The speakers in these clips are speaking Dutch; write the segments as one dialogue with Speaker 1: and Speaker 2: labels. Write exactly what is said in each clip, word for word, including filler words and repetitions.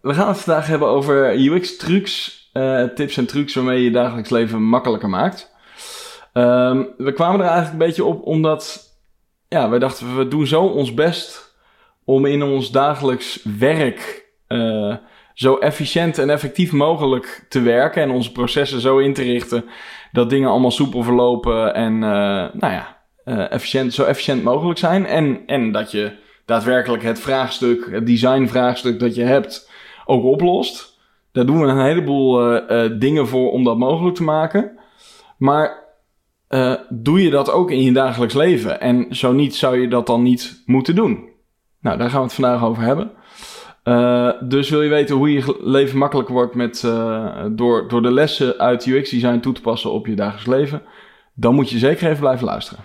Speaker 1: we gaan het vandaag hebben over U X-trucs, uh, tips en trucs waarmee je je dagelijks leven makkelijker maakt. Um, we kwamen er eigenlijk een beetje op omdat, ja, wij dachten we doen zo ons best om in ons dagelijks werk uh, zo efficiënt en effectief mogelijk te werken en onze processen zo in te richten dat dingen allemaal soepel verlopen en uh, nou ja, uh, efficiënt, zo efficiënt mogelijk zijn. En, en dat je daadwerkelijk het vraagstuk, het designvraagstuk dat je hebt, ook oplost. Daar doen we een heleboel uh, uh, dingen voor om dat mogelijk te maken. Maar uh, doe je dat ook in je dagelijks leven? En zo niet, zou je dat dan niet moeten doen? Nou, daar gaan we het vandaag over hebben. Uh, dus wil je weten hoe je leven makkelijker wordt met, uh, door, door de lessen uit U X design toe te passen op je dagelijks leven? Dan moet je zeker even blijven luisteren.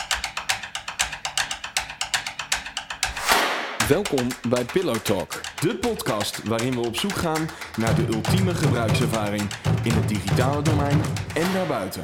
Speaker 1: Welkom bij Pillow Talk, de podcast waarin we op zoek gaan naar de ultieme gebruikservaring in het digitale domein en daarbuiten.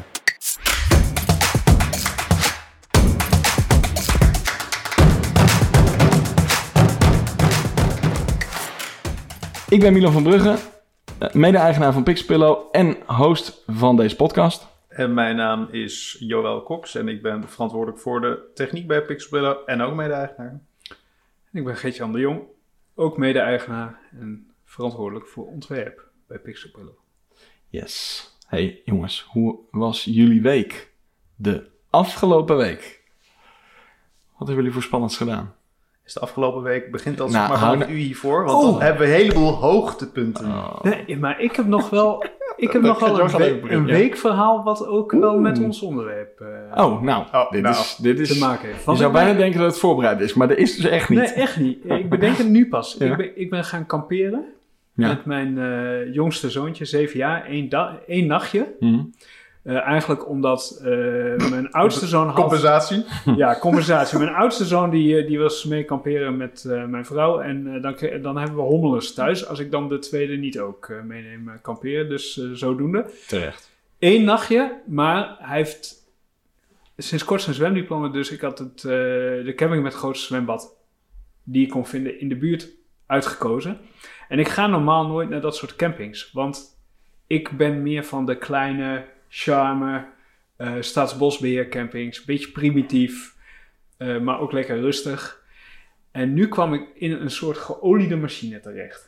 Speaker 1: Ik ben Milan van Brugge, mede-eigenaar van Pixelpillow en host van deze podcast.
Speaker 2: En mijn naam is Joël Cox en ik ben verantwoordelijk voor de techniek bij Pixelpillow en ook mede-eigenaar.
Speaker 3: Ik ben Geert-Jan de Jong, ook mede-eigenaar en verantwoordelijk voor ontwerp bij Pixelpillow.
Speaker 1: Yes. Hey jongens, hoe was jullie week? De afgelopen week. Wat hebben jullie voor spannends gedaan?
Speaker 2: Is de afgelopen week begint al
Speaker 1: nou,
Speaker 2: maar van het uur hiervoor, want oh. dan hebben we een heleboel hoogtepunten.
Speaker 3: Oh. Nee, maar ik heb nog wel, ik heb nog wel een, we- een weekverhaal wat ook Oeh. wel met ons onderwerp uh,
Speaker 1: oh, nou, oh, dit, nou, is, dit is
Speaker 3: te maken heeft.
Speaker 1: Je
Speaker 3: Want
Speaker 1: zou
Speaker 3: ben,
Speaker 1: bijna denken dat het voorbereid is, maar dat is dus echt niet.
Speaker 3: Nee, echt niet. Ik bedenk het nu pas. Ja. Ik, ben, ik ben gaan kamperen
Speaker 1: ja.
Speaker 3: met mijn uh, jongste zoontje, zeven jaar, één, da- één nachtje.
Speaker 1: Mm-hmm.
Speaker 3: Uh, eigenlijk omdat uh, mijn oudste zoon... Half...
Speaker 2: Compensatie?
Speaker 3: Ja, compensatie. Mijn oudste zoon die, die was mee kamperen met uh, mijn vrouw. En uh, dan, dan hebben we hommeles thuis. Als ik dan de tweede niet ook uh, meeneem uh, kamperen. Dus uh, zodoende.
Speaker 1: Terecht.
Speaker 3: Eén nachtje, maar hij heeft sinds kort zijn zwemdiploma. Dus ik had het, uh, de camping met het grootste zwembad die ik kon vinden in de buurt uitgekozen. En ik ga normaal nooit naar dat soort campings. Want ik ben meer van de kleine... charme, uh, staatsbosbeheer campings, beetje primitief, uh, maar ook lekker rustig. En nu kwam ik in een soort geoliede machine terecht.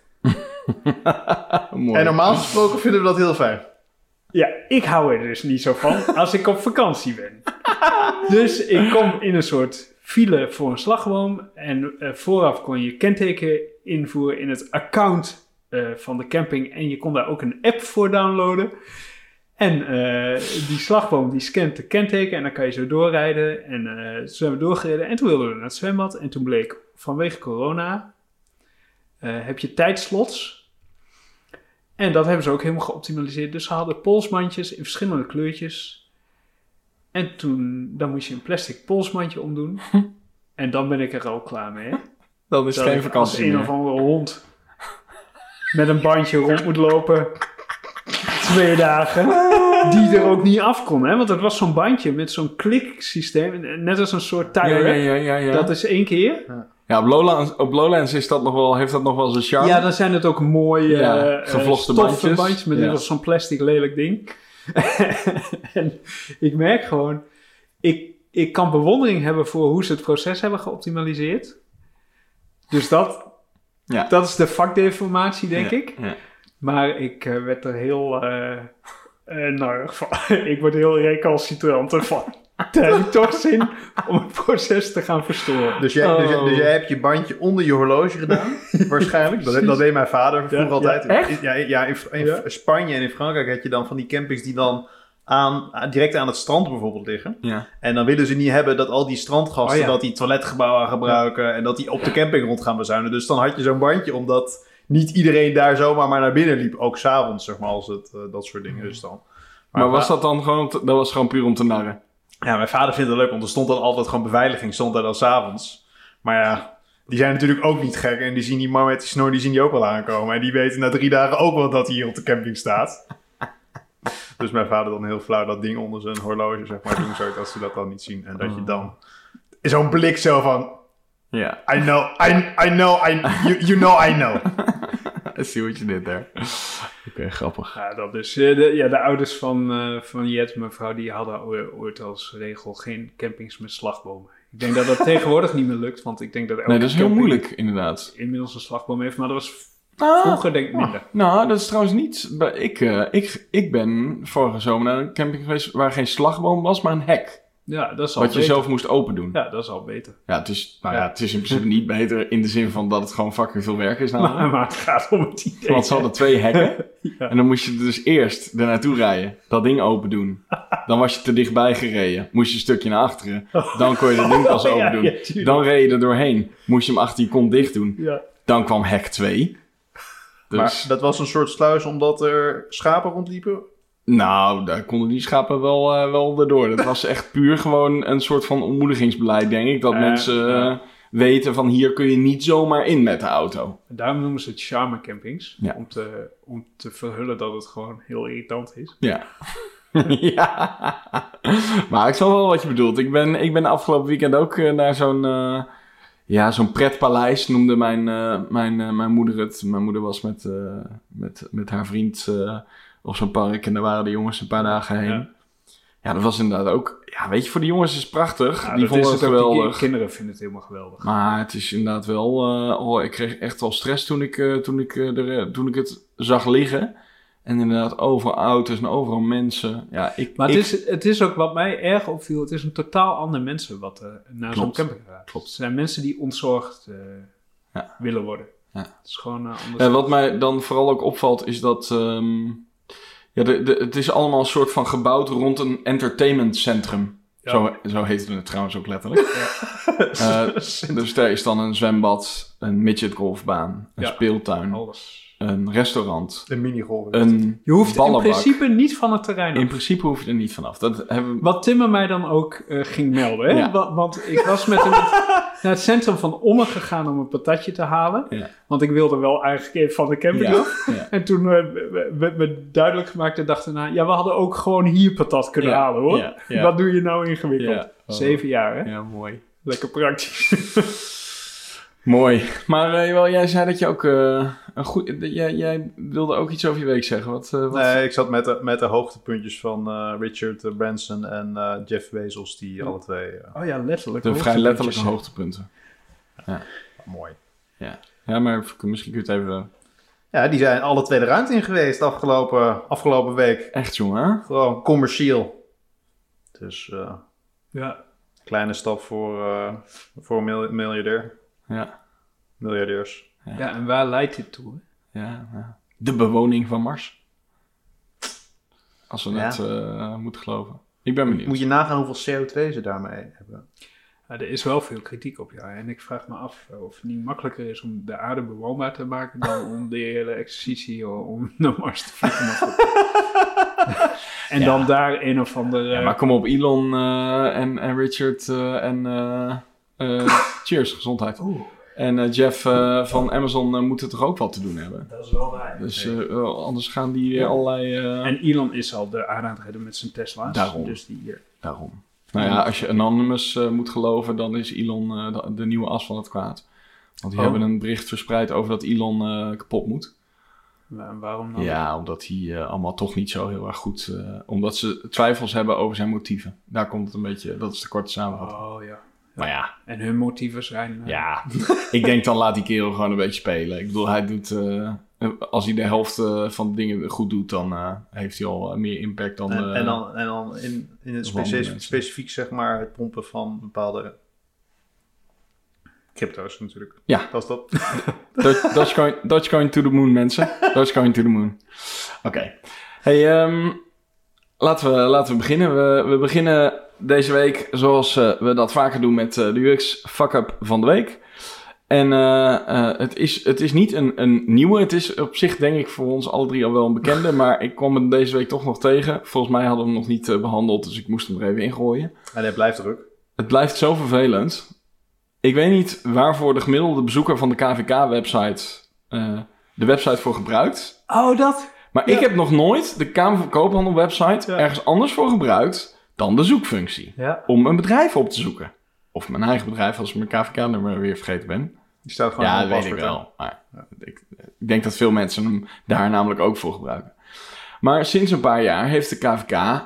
Speaker 2: En normaal gesproken vinden we dat heel fijn.
Speaker 3: Ja, ik hou er dus niet zo van als ik op vakantie ben. Dus ik kom in een soort file voor een slagboom en uh, vooraf kon je kenteken invoeren in het account uh, van de camping en je kon daar ook een app voor downloaden. En uh, die slagboom die scant de kenteken en dan kan je zo doorrijden. En uh, toen zijn we doorgereden en toen wilden we naar het zwembad. En toen bleek vanwege corona uh, heb je tijdslots. En dat hebben ze ook helemaal geoptimaliseerd. Dus ze hadden polsmandjes in verschillende kleurtjes. En toen dan moest je een plastic polsmandje omdoen. En dan ben ik er al klaar mee. Hè?
Speaker 1: Dan is het geen vakantie meer.
Speaker 3: Als een of andere hond met een bandje rond moet lopen... Twee dagen, die er ook niet af kon, hè? Want het was zo'n bandje met zo'n kliksysteem, net als een soort tire.
Speaker 1: Ja, ja, ja, ja.
Speaker 3: Dat is één keer.
Speaker 1: Ja, op Lowlands, op Lowlands is dat nog wel, heeft dat nog wel zijn charme.
Speaker 3: Ja, dan zijn het ook mooie
Speaker 1: ja, uh, gevlochten bandjes.
Speaker 3: bandjes met ja. zo'n plastic lelijk ding. En ik merk gewoon, ik, ik kan bewondering hebben voor hoe ze het proces hebben geoptimaliseerd. Dus dat, ja. dat is de vakdeformatie, denk ja, ik. Ja. Maar ik uh, werd er heel uh, uh, narig van. Ik word heel recalcitrant ervan. Daar heb ik toch zin om het proces te gaan verstoren.
Speaker 2: Dus jij, oh. dus, dus jij hebt je bandje onder je horloge gedaan, waarschijnlijk. Dat, dat deed mijn vader vroeger ja, altijd.
Speaker 3: Ja, echt?
Speaker 2: Ja, ja, in, in ja. Spanje en in Frankrijk had je dan van die campings die dan aan, direct aan het strand bijvoorbeeld liggen.
Speaker 1: Ja.
Speaker 2: En dan willen ze niet hebben dat al die strandgasten, oh, ja. dat die toiletgebouwen gebruiken ja. en dat die op de camping rond gaan bezuinen. Dus dan had je zo'n bandje omdat... niet iedereen daar zomaar maar naar binnen liep. Ook 's avonds, zeg maar, als het, uh, dat soort dingen. Dus dan.
Speaker 1: Maar, maar was dat dan gewoon, te, dat was gewoon puur om te narren?
Speaker 2: Ja, mijn vader vindt het leuk, want er stond dan altijd gewoon beveiliging, stond daar dan 's avonds. Maar ja, die zijn natuurlijk ook niet gek. En die zien die man met die snor, die zien die ook wel aankomen. En die weten na drie dagen ook wel dat hij hier op de camping staat. Dus mijn vader dan heel flauw dat ding onder zijn horloge, zeg maar, doen, zodat ze dat dan niet zien. En dat je dan zo'n blik zo van...
Speaker 1: Ja.
Speaker 2: I know, I, I know, I, you, you know, I know.
Speaker 1: zie wat je dit daar. Oké, okay, grappig.
Speaker 3: Ja, dat is, uh, de, ja, de ouders van, uh, van Jet, mevrouw, die hadden ooit als regel geen campings met slagbomen. Ik denk dat dat tegenwoordig niet meer lukt, want ik denk dat elke
Speaker 1: Nee, dat is heel moeilijk, inderdaad.
Speaker 3: Inmiddels een slagboom heeft, maar dat was
Speaker 1: ah,
Speaker 3: vroeger denk ik minder.
Speaker 1: Ah, nou, dat is trouwens niet... Ik, uh, ik, ik ben vorige zomer naar een camping geweest waar geen slagboom was, maar een hek.
Speaker 3: Ja, dat is al
Speaker 1: Wat je
Speaker 3: beter.
Speaker 1: zelf moest open doen.
Speaker 3: Ja, dat is al beter.
Speaker 1: Ja, het is, nou ja, het is in principe niet beter in de zin van dat het gewoon fucking veel werk is.
Speaker 3: Maar, maar het gaat om het idee.
Speaker 1: Want ze hadden twee hekken.
Speaker 3: Ja.
Speaker 1: En dan moest je dus eerst er naartoe rijden. Dat ding open doen. Dan was je te dichtbij gereden. Moest je een stukje naar achteren. Dan kon je dat ding pas open doen.
Speaker 3: Ja, ja,
Speaker 1: dan reed je er doorheen. Moest je hem achter je kont dicht doen.
Speaker 3: Ja.
Speaker 1: Dan kwam hek twee. Dus,
Speaker 2: Maar dat was een soort sluis omdat er schapen rondliepen?
Speaker 1: nou, daar konden die schapen wel, uh, wel erdoor. Dat was echt puur gewoon een soort van ontmoedigingsbeleid, denk ik. Dat
Speaker 3: Uh,
Speaker 1: mensen uh,
Speaker 3: ja.
Speaker 1: weten van hier kun je niet zomaar in met de auto.
Speaker 3: Daarom noemen ze het charme campings.
Speaker 1: Ja.
Speaker 3: Om, te, om te verhullen dat het gewoon heel irritant is.
Speaker 1: Ja. ja. Maar ik snap wel wat je bedoelt. Ik ben, ik ben afgelopen weekend ook uh, naar zo'n... Uh, ja, zo'n pretpaleis noemde mijn, uh, mijn, uh, mijn moeder het. Mijn moeder was met, uh, met, met haar vriend uh, op zo'n park. En daar waren de jongens een paar dagen heen. Ja. ja, dat was inderdaad ook... Ja, weet je, voor de jongens is het prachtig.
Speaker 3: Ja,
Speaker 1: die vonden het geweldig.
Speaker 3: Die ki- kinderen vinden het helemaal geweldig.
Speaker 1: Maar het is inderdaad wel... Uh, oh, ik kreeg echt wel stress toen ik, uh, toen, ik, uh, er, uh, toen ik het zag liggen. En inderdaad, overal auto's en overal mensen. Ja, ik,
Speaker 3: maar het,
Speaker 1: ik...
Speaker 3: is, het is ook wat mij erg opviel. Het is een totaal ander mensen wat uh, naar zo'n camping gaat.
Speaker 1: Klopt.
Speaker 3: Het zijn mensen die ontzorgd uh,
Speaker 1: ja.
Speaker 3: willen worden.
Speaker 1: Ja.
Speaker 3: Het is gewoon uh, anders.
Speaker 1: En wat mij dan vooral ook opvalt is dat... Um, ja, de, de, het is allemaal een soort van gebouwd rond een entertainmentcentrum. Ja. Zo, zo heette het trouwens ook letterlijk. Ja. uh, dus daar is dan een zwembad, een midgetgolfbaan, een ja. speeltuin.
Speaker 3: Alles.
Speaker 1: Een restaurant.
Speaker 2: Een minigolf.
Speaker 1: Een
Speaker 3: je hoeft
Speaker 1: ballenbak.
Speaker 3: in principe niet van het terrein af.
Speaker 1: In principe hoef je er niet vanaf. Dat hebben we...
Speaker 3: Wat Timmer mij dan ook uh, ging melden. Hè?
Speaker 1: Ja.
Speaker 3: Want, want ik was met hem naar het centrum van Ommen gegaan om een patatje te halen.
Speaker 1: Ja.
Speaker 3: Want ik wilde wel eigenlijk even van de camping
Speaker 1: ja.
Speaker 3: af.
Speaker 1: Ja.
Speaker 3: En toen uh, werd me duidelijk gemaakt en dacht erna... Ja, we hadden ook gewoon hier patat kunnen
Speaker 1: ja.
Speaker 3: halen hoor.
Speaker 1: Ja. Ja.
Speaker 3: Wat doe je nou ingewikkeld?
Speaker 1: Ja. Oh.
Speaker 3: Zeven jaar hè?
Speaker 1: Ja, mooi.
Speaker 3: Lekker praktisch.
Speaker 1: Mooi. Maar uh, jawel, jij zei dat je ook uh, een goed... Jij, jij wilde ook iets over je week zeggen. Wat, uh, wat...
Speaker 2: Nee, ik zat met de, met de hoogtepuntjes van uh, Richard Branson en uh, Jeff Bezos, die oh. alle twee... Uh...
Speaker 3: Oh ja, letterlijk.
Speaker 1: De vrij letterlijke hoogtepunten. Ja.
Speaker 2: Oh, mooi.
Speaker 1: Ja. ja, maar misschien kun je het even...
Speaker 2: Ja, die zijn alle twee de ruimte in geweest afgelopen, afgelopen week.
Speaker 1: Echt jongen?
Speaker 2: Gewoon commercieel. Dus uh,
Speaker 3: ja.
Speaker 2: kleine stap voor, uh, voor een miljardair.
Speaker 1: Ja.
Speaker 2: Miljardairs.
Speaker 3: Ja. ja, en waar leidt dit toe? Hè?
Speaker 1: Ja, ja, de bewoning van Mars. Als we
Speaker 2: ja.
Speaker 1: het uh, moeten geloven. Ik ben benieuwd.
Speaker 2: Moet je nagaan hoeveel C O twee ze daarmee hebben.
Speaker 3: Ja, er is wel veel kritiek op, ja. En ik vraag me af of het niet makkelijker is om de aarde bewoonbaar te maken dan om de hele exercitie om naar Mars te vliegen. en ja. dan daar een of andere...
Speaker 1: Ja, maar kom op, Elon uh, en, en Richard uh, en... Uh, uh, cheers, gezondheid.
Speaker 3: Oeh.
Speaker 1: En uh, Jeff uh, van Amazon uh, moet het toch ook wat te doen hebben.
Speaker 3: Dat is wel waar.
Speaker 1: Dus uh, anders gaan die weer ja. allerlei... Uh...
Speaker 3: En Elon is al de aarde aan het redden met zijn Tesla's.
Speaker 1: Daarom.
Speaker 3: Dus die, uh...
Speaker 1: Daarom. Nou ja, als je Anonymous uh, moet geloven, dan is Elon uh, de, de nieuwe as van het kwaad. Want die oh. hebben een bericht verspreid over dat Elon uh, kapot moet.
Speaker 3: En waarom dan?
Speaker 1: Ja, omdat hij uh, allemaal toch niet zo heel erg goed... Uh, omdat ze twijfels hebben over zijn motieven. Daar komt het een beetje... Dat is de korte samenvatting.
Speaker 3: Oh ja.
Speaker 1: Maar ja.
Speaker 3: En hun motieven zijn... Uh...
Speaker 1: Ja, ik denk dan laat die kerel gewoon een beetje spelen. Ik bedoel, hij doet... Uh, als hij de helft uh, van de dingen goed doet, dan uh, heeft hij al uh, meer impact dan... Uh,
Speaker 2: en, en dan, en dan in, in het specifiek, specifiek, zeg maar, het pompen van bepaalde... crypto's natuurlijk.
Speaker 1: Ja.
Speaker 2: Dat is dat.
Speaker 1: Dogecoin, Dogecoin to the moon, mensen. Dogecoin to the moon. Oké. Okay. Hey, um, laten, we, laten we beginnen. We, we beginnen deze week zoals uh, we dat vaker doen met uh, de U X fuck-up van de week. En uh, uh, het, is, het is niet een, een nieuwe. Het is op zich denk ik voor ons alle drie al wel een bekende. Maar ik kwam hem deze week toch nog tegen. Volgens mij hadden we hem nog niet uh, behandeld. Dus ik moest hem er even ingooien.
Speaker 2: En hij blijft druk.
Speaker 1: Het blijft zo vervelend. Ik weet niet waarvoor de gemiddelde bezoeker van de K V K-website uh, de website voor gebruikt.
Speaker 3: Oh, dat?
Speaker 1: Maar
Speaker 3: ja.
Speaker 1: ik heb nog nooit de Kamer van Koophandel website ja. ergens anders voor gebruikt dan de zoekfunctie.
Speaker 3: Ja.
Speaker 1: Om een bedrijf op te zoeken. Of mijn eigen bedrijf als ik mijn K V K-nummer weer vergeten ben.
Speaker 2: Die staat gewoon
Speaker 1: Ja,
Speaker 2: op
Speaker 1: dat weet ik
Speaker 2: paspoort,
Speaker 1: wel. Maar ik, ik denk dat veel mensen hem daar namelijk ook voor gebruiken. Maar sinds een paar jaar heeft de K V K uh,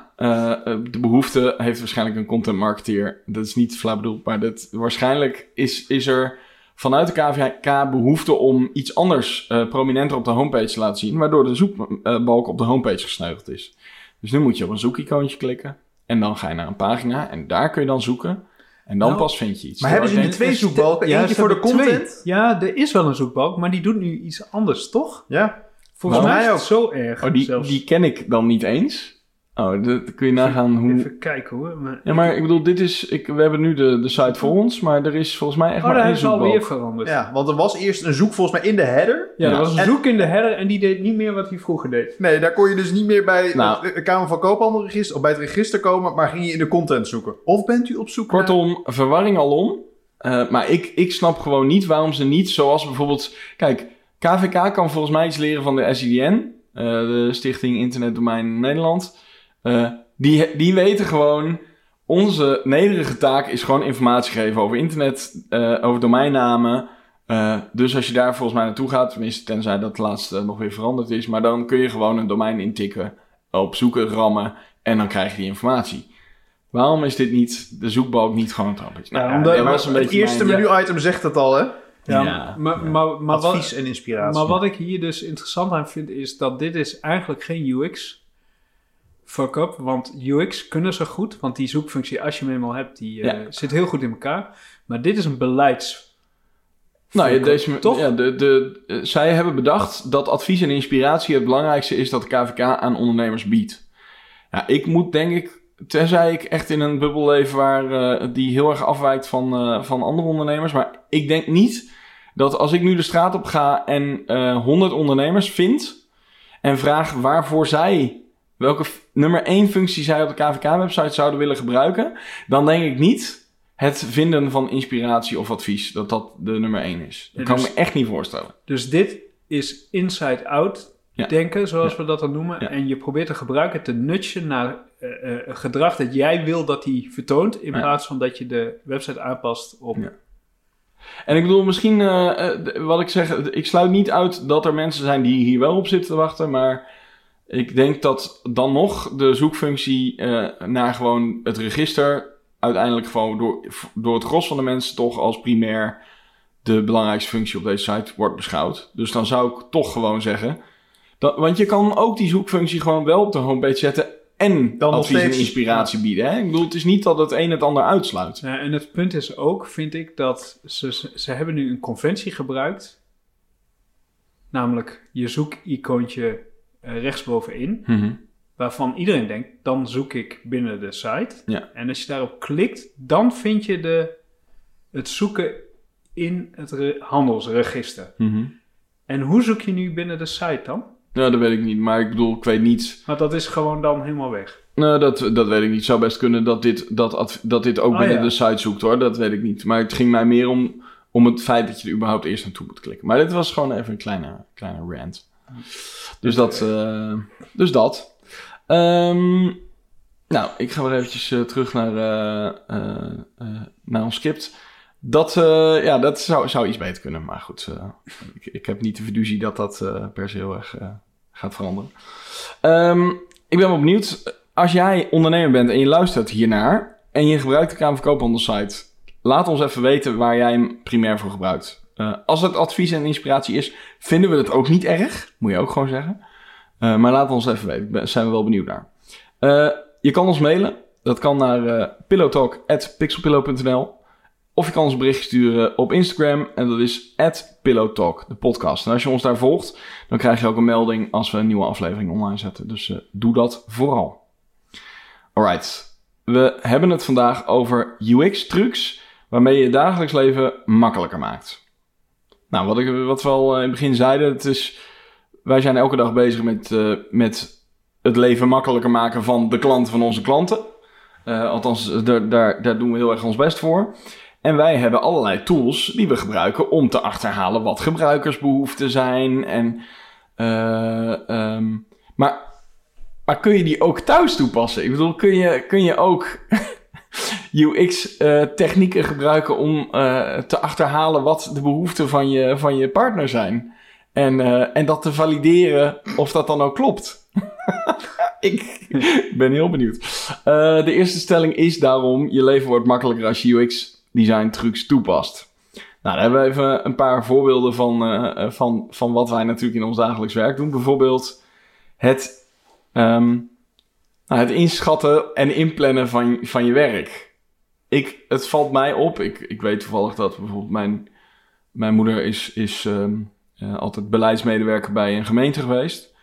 Speaker 1: de behoefte, heeft waarschijnlijk een content marketeer. Dat is niet flauw bedoeld, maar dat, waarschijnlijk is, is er vanuit de K V K behoefte om iets anders uh, prominenter op de homepage te laten zien, waardoor de zoekbalk op de homepage gesneuveld is. Dus nu moet je op een zoekicoontje klikken en dan ga je naar een pagina en daar kun je dan zoeken. En dan
Speaker 3: Nou,
Speaker 1: pas vind je iets.
Speaker 2: Maar hebben ze nu
Speaker 3: En-
Speaker 2: twee
Speaker 3: en-
Speaker 2: zoekbalken?
Speaker 3: ja,
Speaker 2: Eentje
Speaker 3: ze
Speaker 2: voor de
Speaker 3: hebben twee.
Speaker 2: content?
Speaker 3: Ja, er is wel een zoekbalk, maar die doet nu iets anders, toch?
Speaker 2: Ja.
Speaker 3: Volgens
Speaker 2: Nou,
Speaker 3: mij is
Speaker 2: mij
Speaker 3: het zo erg.
Speaker 1: Oh, die,
Speaker 3: zelfs.
Speaker 1: die ken ik dan niet eens. Oh, dat kun je nagaan hoe...
Speaker 3: Even kijken hoor. Maar
Speaker 1: Ja, maar ik bedoel, dit is... Ik, we hebben nu de, de site voor ons, maar er is volgens mij echt
Speaker 3: oh,
Speaker 1: maar
Speaker 3: daar
Speaker 1: één
Speaker 3: hebben ze
Speaker 1: zoekbalk.
Speaker 3: alweer veranderd. Ja,
Speaker 2: Ja, want er was eerst een zoek volgens mij in de header.
Speaker 3: er
Speaker 1: Ja.
Speaker 3: was een
Speaker 2: En-
Speaker 3: zoek in de header en die deed niet meer wat hij vroeger deed.
Speaker 2: Nee, daar kon je dus niet meer bij
Speaker 1: Nou.
Speaker 2: het Kamer van Koophandelregister of bij het register komen, maar ging je in de content zoeken. Of bent u op zoek naar...
Speaker 1: Kortom, verwarring alom. Uh, maar ik, ik snap gewoon niet waarom ze niet, zoals bijvoorbeeld... Kijk, K V K kan volgens mij iets leren van de S I D N, uh, de Stichting Internet Domein Nederland. Uh, die, die weten gewoon, onze nederige taak is gewoon informatie geven over internet, uh, over domeinnamen. Uh, dus als je daar volgens mij naartoe gaat, tenminste tenzij dat laatste nog weer veranderd is, maar dan kun je gewoon een domein intikken, op zoeken, rammen en dan krijg je die informatie. Waarom is dit niet, de zoekbalk niet gewoon trappig? Nou,
Speaker 3: Ja,
Speaker 1: ja,
Speaker 3: omdat-
Speaker 1: dat
Speaker 2: Maar
Speaker 1: was een
Speaker 2: het
Speaker 1: beetje
Speaker 2: eerste
Speaker 1: mijn-
Speaker 2: menu-item zegt het al, hè?
Speaker 3: Ja,
Speaker 1: Ja,
Speaker 3: maar,
Speaker 1: ja.
Speaker 3: maar, maar,
Speaker 2: Advies
Speaker 3: wat,
Speaker 2: en inspiratie.
Speaker 3: maar wat ik hier dus interessant aan vind is dat dit is eigenlijk geen U X fuck-up. Want U X kunnen ze goed, want die zoekfunctie als je hem eenmaal hebt, die uh,
Speaker 1: Ja.
Speaker 3: zit heel goed in elkaar. Maar dit is een beleids...
Speaker 1: Nou ja,
Speaker 3: fuck-up,
Speaker 1: deze,
Speaker 3: toch?
Speaker 1: ja, de, de, uh, zij hebben bedacht dat advies en inspiratie het belangrijkste is dat de K V K aan ondernemers biedt. Ja, ik moet denk ik, tenzij ik echt in een bubbel leef waar uh, die heel erg afwijkt van, uh, van andere ondernemers. Maar ik denk niet dat als ik nu de straat op ga en uh, honderd ondernemers vind en vraag waarvoor zij, welke f- nummer één functie zij op de K V K-website zouden willen gebruiken, dan denk ik niet het vinden van inspiratie of advies, dat dat de nummer één is. Dat
Speaker 3: Ja,
Speaker 1: kan ik
Speaker 3: dus-
Speaker 1: me echt niet voorstellen.
Speaker 3: Dus dit is inside-out
Speaker 1: Ja.
Speaker 3: denken, zoals
Speaker 1: Ja.
Speaker 3: we dat dan noemen.
Speaker 1: Ja.
Speaker 3: En je probeert de gebruiker te nudgen naar uh, uh, gedrag dat jij wil dat hij vertoont, in
Speaker 1: Ja.
Speaker 3: plaats van dat je de website aanpast op...
Speaker 1: Ja. En ik bedoel, misschien, uh, uh, wat ik zeg, ik sluit niet uit dat er mensen zijn die hier wel op zitten te wachten, maar ik denk dat dan nog de zoekfunctie uh, naar gewoon het register uiteindelijk gewoon door, door het gros van de mensen toch als primair de belangrijkste functie op deze site wordt beschouwd. Dus dan zou ik toch gewoon zeggen, dat, want je kan ook die zoekfunctie gewoon wel op de homepage zetten en
Speaker 2: Dan nog
Speaker 1: advies en
Speaker 2: steeds,
Speaker 1: inspiratie bieden. Hè? Ik bedoel, het is niet dat het een het ander uitsluit.
Speaker 3: Ja, en het punt is ook, vind ik, dat ze, ze, ze hebben nu een conventie gebruikt. Namelijk je zoekicoontje uh, rechtsbovenin.
Speaker 1: Mm-hmm.
Speaker 3: Waarvan iedereen denkt, dan zoek ik binnen de site.
Speaker 1: Ja.
Speaker 3: En als je daarop klikt, dan vind je de, het zoeken in het re- handelsregister.
Speaker 1: Mm-hmm.
Speaker 3: En hoe zoek je nu binnen de site dan?
Speaker 1: Nou, dat weet ik niet. Maar ik bedoel, ik weet niet.
Speaker 3: Want dat is gewoon dan helemaal weg.
Speaker 1: Nou, dat, dat weet ik niet. Het zou best kunnen dat dit, dat, adv- dat dit ook
Speaker 3: Oh,
Speaker 1: binnen
Speaker 3: ja.
Speaker 1: de site zoekt, hoor. Dat weet ik niet. Maar het ging mij meer om, om het feit dat je er überhaupt eerst naartoe moet klikken. Maar dit was gewoon even een kleine, kleine rant. Dus dat. Uh, dus dat. Um, nou, ik ga weer eventjes uh, terug naar, uh, uh, uh, naar ons script. Dat, uh, ja, dat zou, zou iets beter kunnen. Maar goed, uh, ik, ik heb niet de fiducie dat dat uh, per se heel erg uh, gaat veranderen. Um, ik ben wel benieuwd. Als jij ondernemer bent en je luistert hiernaar en je gebruikt de Kamer van Koophandel site, laat ons even weten waar jij hem primair voor gebruikt. Uh, als het advies en inspiratie is, vinden we het ook niet erg. Moet je ook gewoon zeggen. Uh, maar laat ons even weten. Daar zijn we wel benieuwd naar. Uh, je kan ons mailen. Dat kan naar uh, pillowtalk at pixelpillow punt n l. Of je kan ons een berichtje sturen op Instagram. En dat is at pillowtalk, de podcast. En als je ons daar volgt, dan krijg je ook een melding als we een nieuwe aflevering online zetten. Dus uh, doe dat vooral. Alright. We hebben het vandaag over U X-trucs waarmee je je dagelijks leven makkelijker maakt. Nou, wat, ik, wat we al in het begin zeiden, het is, wij zijn elke dag bezig met, uh, met het leven makkelijker maken van de klanten van onze klanten. Uh, althans, daar, daar, daar doen we heel erg ons best voor. En wij hebben allerlei tools die we gebruiken om te achterhalen wat gebruikersbehoeften zijn. En, uh, um, maar, maar kun je die ook thuis toepassen? Ik bedoel, kun je, kun je ook... U X-technieken uh, gebruiken om uh, te achterhalen wat de behoeften van je, van je partner zijn. En, uh, en dat te valideren of dat dan ook klopt. Ik ben heel benieuwd. Uh, de eerste stelling is daarom: je leven wordt makkelijker als je U X-design trucs toepast. Nou, daar hebben we even een paar voorbeelden van, uh, van, van wat wij natuurlijk in ons dagelijks werk doen. Bijvoorbeeld het, um, nou, het inschatten en inplannen van, van je werk. Ik, het valt mij op. Ik, ik weet toevallig dat bijvoorbeeld mijn, mijn moeder is, is um, uh, altijd beleidsmedewerker bij een gemeente geweest.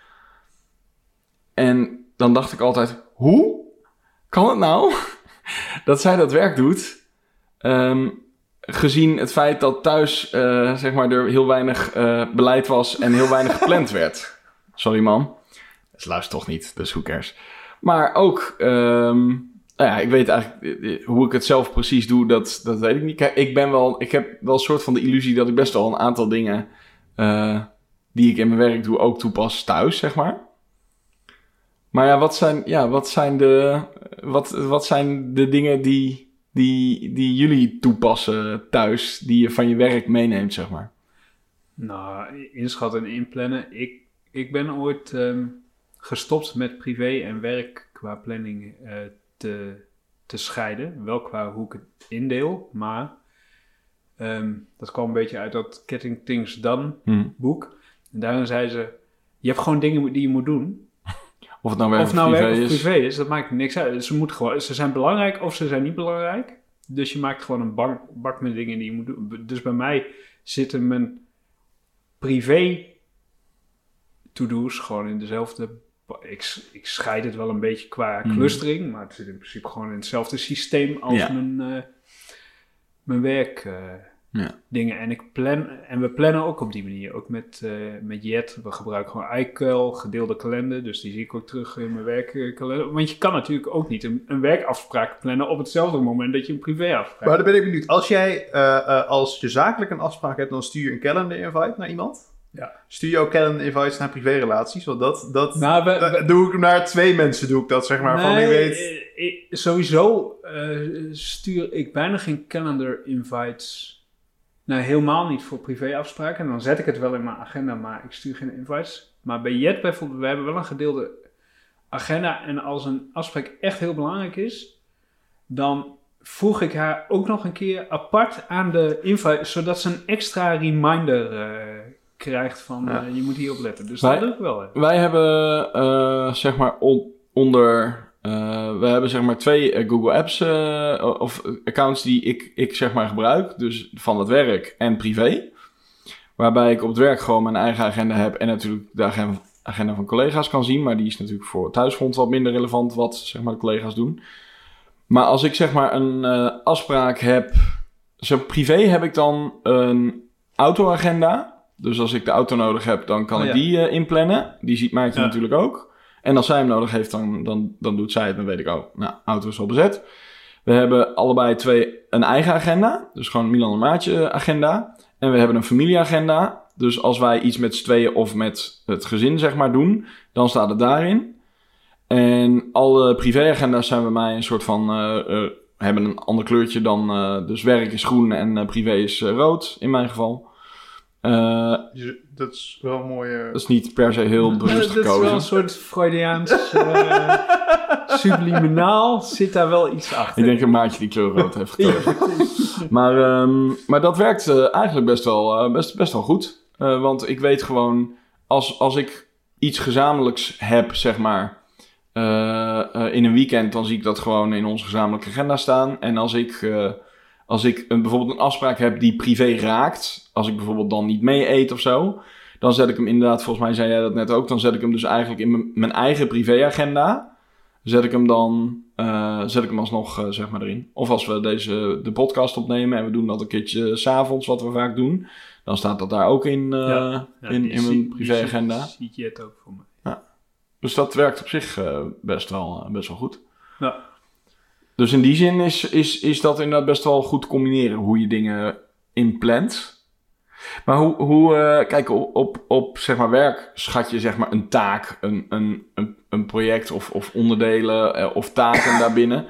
Speaker 1: En dan dacht ik altijd, hoe kan het nou dat zij dat werk doet? Um, gezien het feit dat thuis uh, zeg maar er heel weinig uh, beleid was en heel weinig gepland werd. Sorry man, ze luistert toch niet, dus who cares. Maar ook, um, nou ja, ik weet eigenlijk hoe ik het zelf precies doe, dat, dat weet ik niet. Kijk, ik ben wel, ik heb wel een soort van de illusie dat ik best wel een aantal dingen uh, die ik in mijn werk doe ook toepas thuis, zeg maar. Maar ja, wat zijn, ja, wat zijn de, wat, wat zijn de dingen die, die, die jullie toepassen thuis, die je van je werk meeneemt, zeg maar?
Speaker 3: Nou, inschatten en inplannen. Ik, ik ben ooit um, gestopt met privé en werk qua planning uh, te, te scheiden. Wel qua hoe ik het indeel, maar um, dat kwam een beetje uit dat Getting Things Done hmm. boek. En daarin zei ze, je hebt gewoon dingen die je moet doen.
Speaker 1: Of het nou werk of, nou
Speaker 3: of,
Speaker 1: privé,
Speaker 3: werk
Speaker 1: is.
Speaker 3: of privé is, dat maakt niks uit. Ze, moet gewoon, ze zijn belangrijk of ze zijn niet belangrijk. Dus je maakt gewoon een bak, bak met dingen die je moet doen. Dus bij mij zitten mijn privé to-do's gewoon in dezelfde... Ik, ik scheid het wel een beetje qua mm. clustering, maar het zit in principe gewoon in hetzelfde systeem als ja. mijn, uh, mijn werk... Uh, Ja. dingen. En ik plan, en we plannen ook op die manier. Ook met, uh, met Jet. We gebruiken gewoon iCal, gedeelde kalender. Dus die zie ik ook terug in mijn werkkalender. Want je kan natuurlijk ook niet een, een werkafspraak plannen op hetzelfde moment dat je een privéafspraak.
Speaker 2: Maar dan ben ik benieuwd. Als jij, uh, uh, als je zakelijk een afspraak hebt, dan stuur je een calendar invite naar iemand?
Speaker 3: Ja.
Speaker 2: Stuur je ook calendar invites naar privérelaties? Want dat, dat
Speaker 3: nou, we, we,
Speaker 2: doe ik naar twee mensen, doe ik dat, zeg maar.
Speaker 3: Nee,
Speaker 2: van, ik weet...
Speaker 3: ik, sowieso uh, stuur ik bijna geen calendar invites. Nou, helemaal niet voor privéafspraken. En dan zet ik het wel in mijn agenda, maar ik stuur geen invites. Maar bij Jet bijvoorbeeld, we hebben wel een gedeelde agenda. En als een afspraak echt heel belangrijk is, dan voeg ik haar ook nog een keer apart aan de invite, zodat ze een extra reminder uh, krijgt van ja. uh, je moet hierop letten. Dus wij, dat doe ik wel. Hè.
Speaker 1: Wij hebben uh, zeg maar on, onder... Uh, we hebben zeg maar twee uh, Google Apps uh, of accounts die ik, ik zeg maar gebruik. Dus van het werk en privé. Waarbij ik op het werk gewoon mijn eigen agenda heb. En natuurlijk de agenda, agenda van collega's kan zien. Maar die is natuurlijk voor thuisgrond wat minder relevant wat zeg maar de collega's doen. Maar als ik zeg maar een uh, afspraak heb. Zo privé heb ik dan een autoagenda. Dus als ik de auto nodig heb, dan kan oh, ik ja. die uh, inplannen. Die ziet Maartje ja. natuurlijk ook. En als zij hem nodig heeft, dan, dan, dan doet zij het. Dan weet ik, oh, nou, auto is al bezet. We hebben allebei twee een eigen agenda. Dus gewoon Milan en Maartje agenda. En we hebben een familieagenda. Dus als wij iets met z'n tweeën of met het gezin, zeg maar, doen, dan staat het daarin. En alle privéagenda's zijn bij mij een soort van... Uh, uh, hebben een ander kleurtje dan... Uh, dus werk is groen en uh, privé is uh, rood, in mijn geval. Uh,
Speaker 2: dat is wel een mooie...
Speaker 1: Dat is niet per se heel bewust gekozen.
Speaker 3: Dat is wel een soort Freudiaans... Uh, subliminaal zit daar wel iets achter.
Speaker 1: Ik denk een maatje die kleur rood heeft gekozen. Ja. maar, um, maar dat werkt uh, eigenlijk best wel, uh, best, best wel goed. Uh, want ik weet gewoon... Als, als ik iets gezamenlijks heb, zeg maar... Uh, uh, in een weekend, dan zie ik dat gewoon in onze gezamenlijke agenda staan. En als ik... Uh, Als ik een, bijvoorbeeld een afspraak heb die privé raakt, als ik bijvoorbeeld dan niet mee eet of zo, dan zet ik hem inderdaad, volgens mij zei jij dat net ook, dan zet ik hem dus eigenlijk in mijn, mijn eigen privéagenda, zet ik hem dan, uh, zet ik hem alsnog uh, zeg maar erin. Of als we deze, de podcast opnemen en we doen dat een keertje 's avonds, wat we vaak doen, dan staat dat daar ook in, uh, ja, ja, in, in mijn privéagenda.
Speaker 3: Ziet je het ook voor me.
Speaker 1: Ja. Dus dat werkt op zich uh, best, wel, uh, best wel goed.
Speaker 3: Ja.
Speaker 1: Dus in die zin is, is, is dat inderdaad best wel goed combineren hoe je dingen inplant. Maar hoe, hoe uh, kijk, op, op, op zeg maar werk schat je zeg maar een taak, een, een, een, een project of, of onderdelen uh, of taken daarbinnen.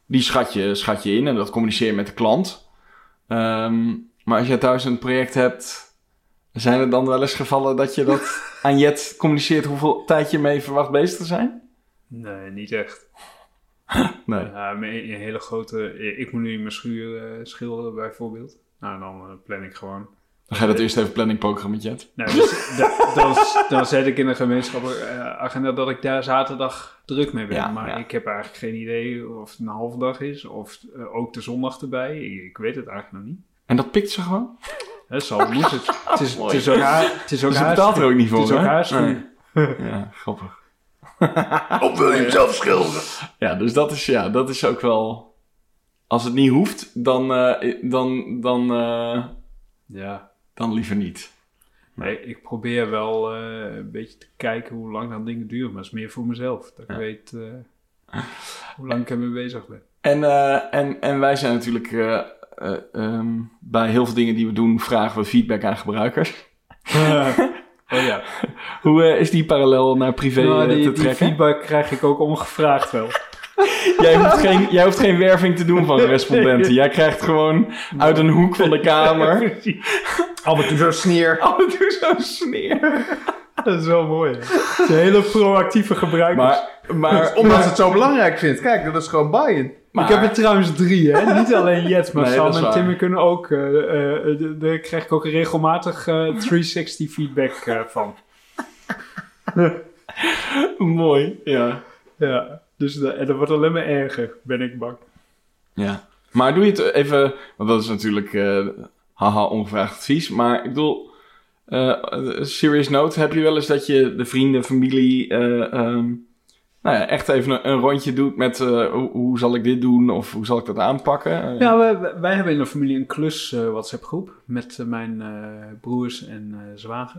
Speaker 1: die schat je, schat je in en dat communiceer je met de klant. Um, maar als je thuis een project hebt, zijn er dan wel eens gevallen dat je dat aan Jet communiceert hoeveel tijd je mee verwacht bezig te zijn?
Speaker 3: Nee, niet echt.
Speaker 1: Nee.
Speaker 3: Ja, een hele grote... Ik moet nu mijn schuur uh, schilderen bijvoorbeeld. Nou, dan uh, plan ik gewoon.
Speaker 1: Dan ga je dat eerst even planningprogramma met Jet.
Speaker 3: Nou, dus da, dan, dan zet ik in een gemeenschappelijke uh, agenda dat ik daar zaterdag druk mee ben.
Speaker 1: Ja,
Speaker 3: maar
Speaker 1: ja.
Speaker 3: ik heb eigenlijk geen idee of het een halve dag is of uh, ook de zondag erbij. Ik, ik weet het eigenlijk nog niet.
Speaker 1: En dat pikt ze gewoon?
Speaker 3: Dat zal moet het. Het is, het is ook haar. Het is ook
Speaker 1: dus ze
Speaker 3: haar
Speaker 1: betaalt er ook niet voor,
Speaker 3: Het is ook
Speaker 1: hè?
Speaker 3: haar schoen.
Speaker 1: Nee. Ja, grappig.
Speaker 2: Of wil je hem zelf schilderen?
Speaker 1: Ja, dus dat is, ja, dat is ook wel... Als het niet hoeft, dan, uh, dan, dan, uh,
Speaker 3: Ja.
Speaker 1: dan liever niet.
Speaker 3: Nee, ik probeer wel uh, een beetje te kijken hoe lang dan dingen duren. Maar het is meer voor mezelf. Dat ik
Speaker 1: Ja.
Speaker 3: weet uh, hoe lang ik ermee bezig ben.
Speaker 1: En, uh, en, en wij zijn natuurlijk... Uh, uh, um, bij heel veel dingen die we doen, vragen we feedback aan gebruikers.
Speaker 3: Oh ja.
Speaker 1: Hoe uh, is die parallel naar privé
Speaker 3: nou, die,
Speaker 1: uh, te
Speaker 3: die
Speaker 1: trekken?
Speaker 3: feedback krijg ik ook ongevraagd wel.
Speaker 1: Jij hoeft, geen, jij hoeft geen werving te doen van respondenten. Jij krijgt gewoon uit een hoek van de kamer...
Speaker 2: Af en toe zo'n sneer.
Speaker 1: Af en toe zo'n sneer.
Speaker 3: Dat is wel mooi. Hè? Het zijn hele proactieve gebruikers.
Speaker 1: Maar, maar,
Speaker 2: Omdat
Speaker 1: maar,
Speaker 2: ze het zo belangrijk vindt. Kijk, dat is gewoon buy-in.
Speaker 1: maar,
Speaker 3: ik heb er trouwens drie, hè? Niet alleen Jet, maar
Speaker 1: Nee,
Speaker 3: Sam
Speaker 1: dat is
Speaker 3: en
Speaker 1: waar.
Speaker 3: Tim kunnen ook. Uh, uh, daar krijg ik ook regelmatig uh, driehonderdzestig feedback uh, van.
Speaker 1: mooi, ja.
Speaker 3: Ja, dus de, en dat wordt alleen maar erger, ben ik bang.
Speaker 1: Ja. Maar doe je het even... Want dat is natuurlijk... Uh, haha, ongevraagd advies. Maar ik bedoel... Uh, serious note. Heb je wel eens dat je de vrienden, familie... Uh, um, nou ja, echt even een, een rondje doet met... Uh, hoe, hoe zal ik dit doen? Of hoe zal ik dat aanpakken? Uh,
Speaker 3: Ja, wij, wij hebben in de familie een klus uh, WhatsApp groep. Met uh, mijn uh, broers en uh, zwager.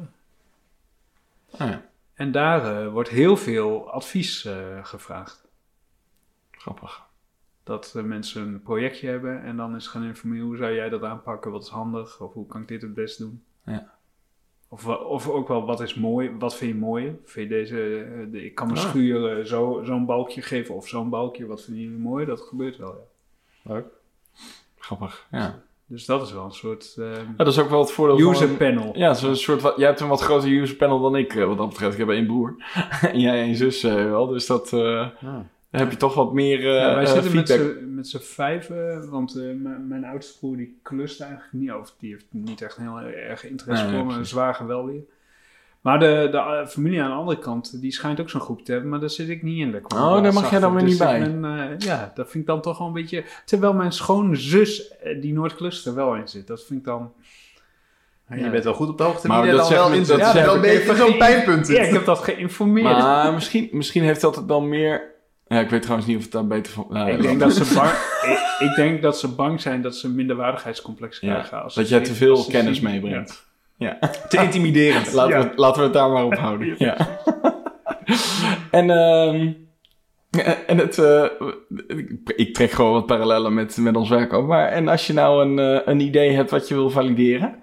Speaker 1: oh ja,
Speaker 3: En daar uh, wordt heel veel advies uh, gevraagd.
Speaker 1: grappig.
Speaker 3: Dat uh, mensen een projectje hebben en dan is het gaan informeren, hoe zou jij dat aanpakken, wat is handig, of hoe kan ik dit het best doen.
Speaker 1: Ja.
Speaker 3: Of, of ook wel, wat is mooi, wat vind je mooi? Vind je deze, uh, de, ik kan mijn
Speaker 1: Ah.
Speaker 3: schuur uh, zo, zo'n balkje geven of zo'n balkje, wat vinden jullie mooi? Dat gebeurt wel, ja.
Speaker 1: Leuk. Grappig, ja.
Speaker 3: Dus dat is wel een soort uh,
Speaker 1: ja. Dat is ook wel het voordeel
Speaker 3: user
Speaker 1: van...
Speaker 3: panel.
Speaker 1: Ja, zo'n soort... Wat, jij hebt een wat groter user panel dan ik, uh, wat dat betreft. Ik heb één broer. en jij één zus uh, wel. Dus dat... Uh,
Speaker 2: Ja.
Speaker 1: dan heb je toch wat meer uh,
Speaker 3: Ja, wij
Speaker 1: uh,
Speaker 3: zitten met
Speaker 1: feedback.
Speaker 3: z'n- met z'n vijven, want uh, m- mijn oudste broer die klust eigenlijk niet, of die heeft niet echt heel erg interesse
Speaker 1: Nee,
Speaker 3: voor,
Speaker 1: nee,
Speaker 3: maar
Speaker 1: precies.
Speaker 3: zwager wel weer. Maar de, de uh, familie aan de andere kant, die schijnt ook zo'n groep te hebben, maar daar zit ik niet in. Daar kwam
Speaker 1: Oh,
Speaker 3: ik
Speaker 1: daar
Speaker 3: laatst
Speaker 1: mag jij dan
Speaker 3: achter.
Speaker 1: weer niet
Speaker 3: Dus ik
Speaker 1: bij.
Speaker 3: ben, uh, ja, dat vind ik dan toch wel een beetje... Terwijl mijn schoonzus, uh, die nooit klust, er wel in zit. Dat vind ik dan...
Speaker 2: Ja,
Speaker 3: Ja.
Speaker 2: je bent wel goed op de hoogte.
Speaker 1: Maar
Speaker 2: wie er
Speaker 1: dat
Speaker 2: dan
Speaker 1: zegt
Speaker 2: wel
Speaker 1: me-
Speaker 2: in zit.
Speaker 1: dat
Speaker 2: Ja,
Speaker 1: zegt
Speaker 2: wel een
Speaker 3: me-
Speaker 2: beetje zo'n pijnpunt.
Speaker 3: Ja, ik heb dat geïnformeerd.
Speaker 1: Maar misschien, misschien heeft dat het dan meer... Ja, ik weet trouwens niet of het daar beter van... Nou,
Speaker 3: ik, denk dat ze bang, ik, ik denk dat ze bang zijn dat ze een minderwaardigheidscomplex
Speaker 1: Ja,
Speaker 3: krijgen. Als
Speaker 1: dat
Speaker 3: ze
Speaker 1: jij
Speaker 3: zien-
Speaker 1: te veel
Speaker 3: als ze
Speaker 1: kennis
Speaker 3: zien-
Speaker 1: meebrengt. Ja.
Speaker 2: Te intimiderend.
Speaker 1: Laten,
Speaker 3: Ja.
Speaker 1: we, laten we het daar maar op houden. Ja. en, ehm en het, uh, ik, ik trek gewoon wat parallellen met, met ons werk ook. Maar en als je nou een, uh, een idee hebt wat je wil valideren,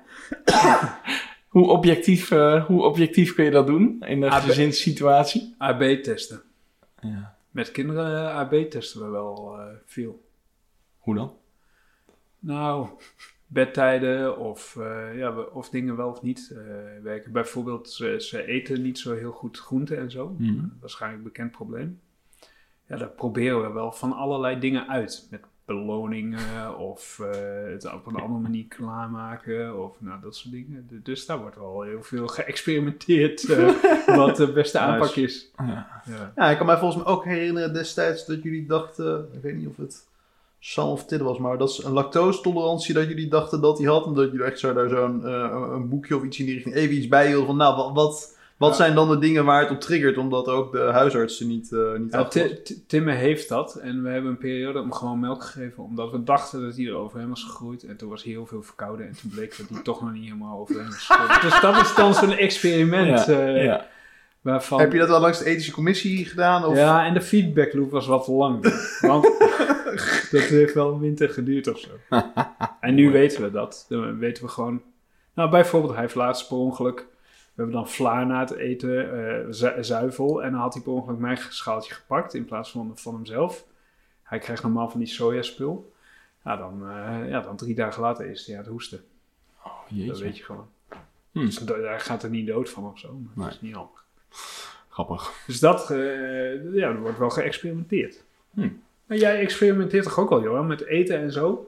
Speaker 1: hoe, objectief, uh, hoe objectief kun je dat doen in een
Speaker 3: A B
Speaker 1: gezinssituatie?
Speaker 3: A B testen.
Speaker 1: Ja.
Speaker 3: Met kinderen uh, A B testen we wel uh, veel.
Speaker 1: Hoe dan?
Speaker 3: Nou, bedtijden of, uh, ja, we- of dingen wel of niet uh, werken. Bijvoorbeeld, ze, ze eten niet zo heel goed groenten en zo.
Speaker 1: Mhm.
Speaker 3: Waarschijnlijk een bekend probleem. Ja, daar proberen we wel van allerlei dingen uit. Met beloningen of uh, het op een andere manier klaarmaken of nou, dat soort dingen. De- Dus daar wordt wel heel veel geëxperimenteerd uh, wat de beste
Speaker 2: Nice.
Speaker 3: aanpak is.
Speaker 1: Ja.
Speaker 3: Ja.
Speaker 2: Ja, ik kan mij volgens mij ook herinneren destijds dat jullie dachten, ik weet niet of het Sam of Tidde was, maar dat is een lactose-tolerantie dat jullie dachten dat hij had. En dat jullie echt zo daar zo'n uh, een boekje of iets in die richting even iets bij hielden van, nou, wat, wat, wat
Speaker 3: Ja.
Speaker 2: zijn dan de dingen waar het op triggert, omdat ook de huisartsen niet, uh, niet
Speaker 3: Ja,
Speaker 2: achter was.
Speaker 3: Ti- Ti- Timme heeft dat en we hebben een periode hem gewoon melk gegeven omdat we dachten dat hij er overheen was gegroeid en toen was hij heel veel verkouden en toen bleek dat hij toch nog niet helemaal overheen was gegroeid. Dus dat is dan zo'n experiment
Speaker 1: Ja,
Speaker 3: uh,
Speaker 1: ja.
Speaker 3: waarvan...
Speaker 2: Heb je dat wel langs de ethische commissie gedaan? Of?
Speaker 3: Ja, en de feedback loop was wat lang. Want dat heeft wel een winter geduurd of zo. En nu weten we dat. Dan weten we gewoon... Nou, bijvoorbeeld, hij heeft laatst per ongeluk... We hebben dan vla na het eten, uh, zu- zuivel. En dan had hij per ongeluk mijn schaaltje gepakt in plaats van van hemzelf. hij krijgt normaal van die sojaspul. Ja, dan, uh, ja, dan drie dagen later is hij aan het hoesten.
Speaker 1: Oh, jeetje.
Speaker 3: Dat weet je gewoon.
Speaker 1: Hm.
Speaker 3: Dus hij gaat er niet dood van of zo. Maar
Speaker 1: Nee.
Speaker 3: dat is niet handig.
Speaker 1: Grappig.
Speaker 3: Dus dat, uh, ja, er wordt wel geëxperimenteerd.
Speaker 1: Hm.
Speaker 3: Maar jij experimenteert toch ook al, Johan, met eten en zo?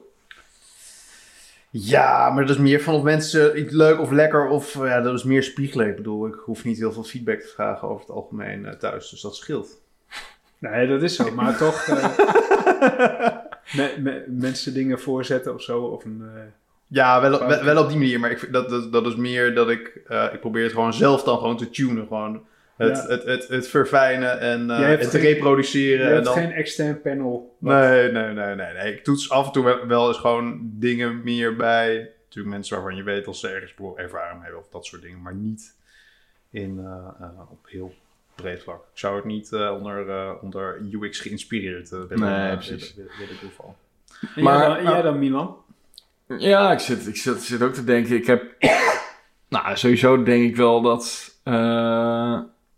Speaker 2: Ja, maar dat is meer van of mensen iets leuk of lekker of ja, dat is meer spiegelen. Ik bedoel, ik hoef niet heel veel feedback te vragen over het algemeen uh, thuis, dus dat scheelt.
Speaker 3: Nee, dat is zo, maar toch uh, me, me, mensen dingen voorzetten of zo. Of een, uh,
Speaker 2: ja, wel, wel, wel op die manier, maar ik, vind dat, dat, dat is meer dat ik, uh, ik probeer het gewoon zelf dan gewoon te tunen. Gewoon het,
Speaker 3: Ja.
Speaker 2: het, het, het verfijnen en uh,
Speaker 3: hebt
Speaker 2: het te
Speaker 3: geen-
Speaker 2: reproduceren.
Speaker 3: je
Speaker 2: en
Speaker 3: hebt
Speaker 2: dan...
Speaker 3: geen extern panel. wat-
Speaker 2: Nee, nee, nee, nee, nee. Ik toets af en toe wel, wel eens gewoon dingen meer bij. Natuurlijk mensen waarvan je weet dat ze ergens ervaring hebben of dat soort dingen. Maar niet in, uh, uh, op heel breed vlak. Ik zou het niet uh, onder, uh, onder U X geïnspireerd uh, willen.
Speaker 1: Nee,
Speaker 2: uh,
Speaker 1: precies.
Speaker 2: willen- willen doen vallen.
Speaker 3: En
Speaker 1: Maar-
Speaker 3: jij, dan, jij dan, Milan?
Speaker 1: Ja, ik zit, ik zit, zit ook te denken. Ik heb. Nou, sowieso denk ik wel dat. Uh,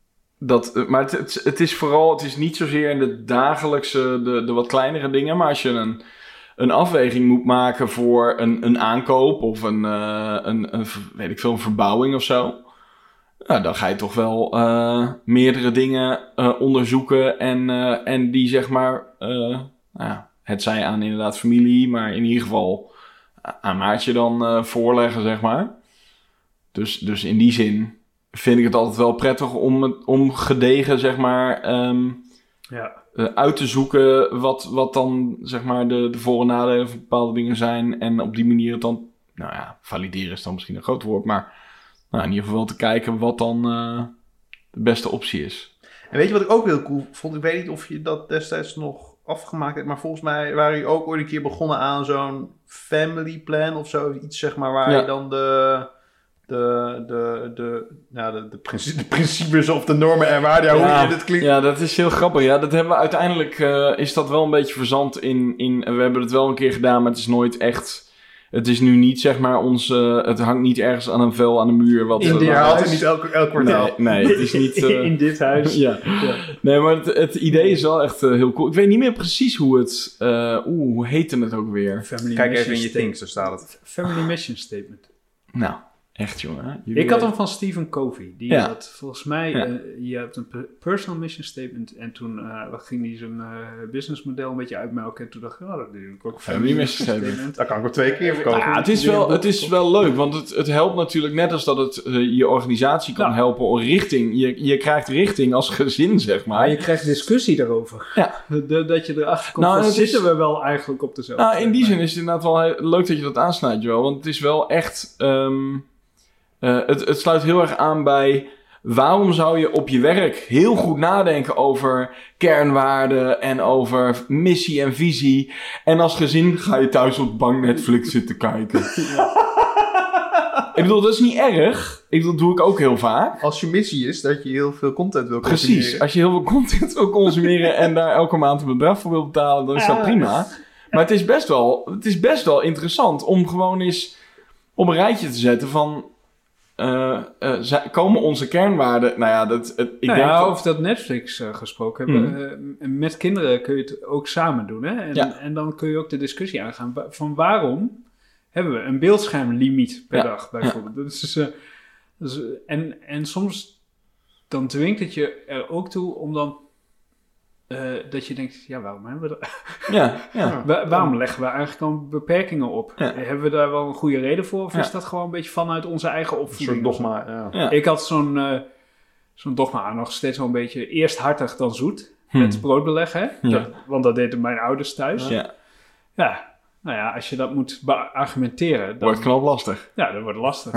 Speaker 1: dat maar het, het, het is vooral. Het is niet zozeer in de dagelijkse. De, de wat kleinere dingen. Maar als je een. Een afweging moet maken voor een, een aankoop. Of een, uh, een, een. Weet ik veel. Een verbouwing of zo. Nou, dan ga je toch wel uh, meerdere dingen uh, onderzoeken. En, uh, en die zeg maar. Uh, nou ja, het zij aan inderdaad familie. Maar in ieder geval. Aan Maartje dan uh, voorleggen, zeg maar. Dus, dus in die zin vind ik het altijd wel prettig om, het, om gedegen, zeg maar, um,
Speaker 3: Ja.
Speaker 1: uh, uit te zoeken wat, wat dan, zeg maar, de, de voor- en nadelen van bepaalde dingen zijn. En op die manier het dan, nou ja, valideren is dan misschien een groot woord, maar nou, in ieder geval te kijken wat dan uh, de beste optie is.
Speaker 2: En weet je wat ik ook heel cool vond? Ik weet niet of je dat destijds nog afgemaakt hebt, maar volgens mij waren jullie ook ooit een keer begonnen aan zo'n family plan of zo. Iets zeg maar waar
Speaker 1: Ja.
Speaker 2: je dan de, de, de, de, nou, de, de, principes, de principes of de normen en waarden, ja, hoe je dit klinkt.
Speaker 1: Ja, dat is heel grappig. Ja, dat hebben we uiteindelijk, uh, is dat wel een beetje verzand in, in, we hebben het wel een keer gedaan, maar het is nooit echt, het is nu niet zeg maar ons, uh, het hangt niet ergens aan een vel aan de muur. Wat,
Speaker 2: In
Speaker 1: uh,
Speaker 2: die
Speaker 1: wat-
Speaker 2: herhaalt het niet elk, elk kwartaal.
Speaker 1: Nee, nee, het is niet... uh,
Speaker 3: In dit huis.
Speaker 1: ja.
Speaker 3: Ja.
Speaker 1: Nee, maar het, het idee is wel echt uh, heel cool. Ik weet niet meer precies hoe het, uh, oeh, hoe heette het ook weer?
Speaker 3: Family
Speaker 2: Kijk
Speaker 3: mission
Speaker 2: even in je
Speaker 3: sta-
Speaker 2: things, daar staat het.
Speaker 3: Family mission statement.
Speaker 1: Nou, echt jongen. Jullie
Speaker 3: Ik had
Speaker 1: weten-
Speaker 3: hem van Stephen Covey. Die
Speaker 1: Ja.
Speaker 3: had volgens mij,
Speaker 1: Ja.
Speaker 3: uh, je hebt een per- personal mission statement en toen uh, ging hij zijn uh, businessmodel een beetje uitmelken en toen dacht ik, oh, dat doe ik ook
Speaker 1: Family mission statement.
Speaker 2: Daar kan ik ook twee keer verkopen.
Speaker 1: Ja, het is wel, het is wel leuk, want het, het helpt natuurlijk net als dat het uh, je organisatie kan
Speaker 3: Ja.
Speaker 1: helpen om richting. Je, je krijgt richting als gezin, zeg maar.
Speaker 3: Maar je krijgt discussie daarover.
Speaker 1: Ja.
Speaker 3: De, dat je erachter komt
Speaker 1: Nou,
Speaker 3: van,
Speaker 1: het is-
Speaker 3: zitten we wel eigenlijk op dezelfde...
Speaker 1: Nou, in die zin is het inderdaad wel heel leuk dat je dat aansnijdt, Joel. Want het is wel echt... Um, uh, het, het sluit heel erg aan bij... Waarom zou je op je werk heel goed nadenken over kernwaarden en over missie en visie. En als gezin ga je thuis op de bank Netflix zitten kijken. Ik bedoel, dat is niet erg. Ik bedoel, dat doe ik ook heel vaak.
Speaker 2: Als je missie is dat je heel veel content wil consumeren.
Speaker 1: Precies. Als je heel veel content wil consumeren en daar elke maand een bedrag voor wil betalen, dan is dat
Speaker 3: Ja.
Speaker 1: prima. Maar het is best wel, het is best wel interessant om gewoon eens op een rijtje te zetten van... Uh, uh, zi- komen onze kernwaarden... Nou ja, dat, het, ik
Speaker 3: nou
Speaker 1: denk...
Speaker 3: ja,
Speaker 1: dat-
Speaker 3: over dat Netflix uh, gesproken hebben.
Speaker 1: Mhm.
Speaker 3: Uh, met kinderen kun je het ook samen doen. Hè? En,
Speaker 1: Ja.
Speaker 3: en dan kun je ook de discussie aangaan wa- van waarom hebben we een beeldschermlimiet per
Speaker 1: Ja.
Speaker 3: dag bijvoorbeeld. Dus, is, uh, dus, uh, en, en soms dan dwingt het je er ook toe om dan uh, dat je denkt, ja, waarom hebben we dat?
Speaker 1: Ja, ja.
Speaker 2: Ja.
Speaker 3: Wa- waarom leggen we eigenlijk dan beperkingen op?
Speaker 1: Ja.
Speaker 3: Hebben we daar wel een goede reden voor? Of
Speaker 1: Ja.
Speaker 3: is dat gewoon een beetje vanuit onze eigen
Speaker 2: Een
Speaker 3: opvoeding?
Speaker 2: soort dogma, ja.
Speaker 1: Ja.
Speaker 3: Ik had zo'n, uh, zo'n dogma nog steeds wel een beetje eerst hartig dan zoet.
Speaker 1: Hmm.
Speaker 3: Met broodbeleg, hè?
Speaker 1: Ja.
Speaker 3: Dat, want dat deden mijn ouders thuis. Ja.
Speaker 1: Ja,
Speaker 3: Nou ja, als je dat moet beargumenteren, dan,
Speaker 1: wordt knap lastig.
Speaker 3: ja, dat wordt lastig.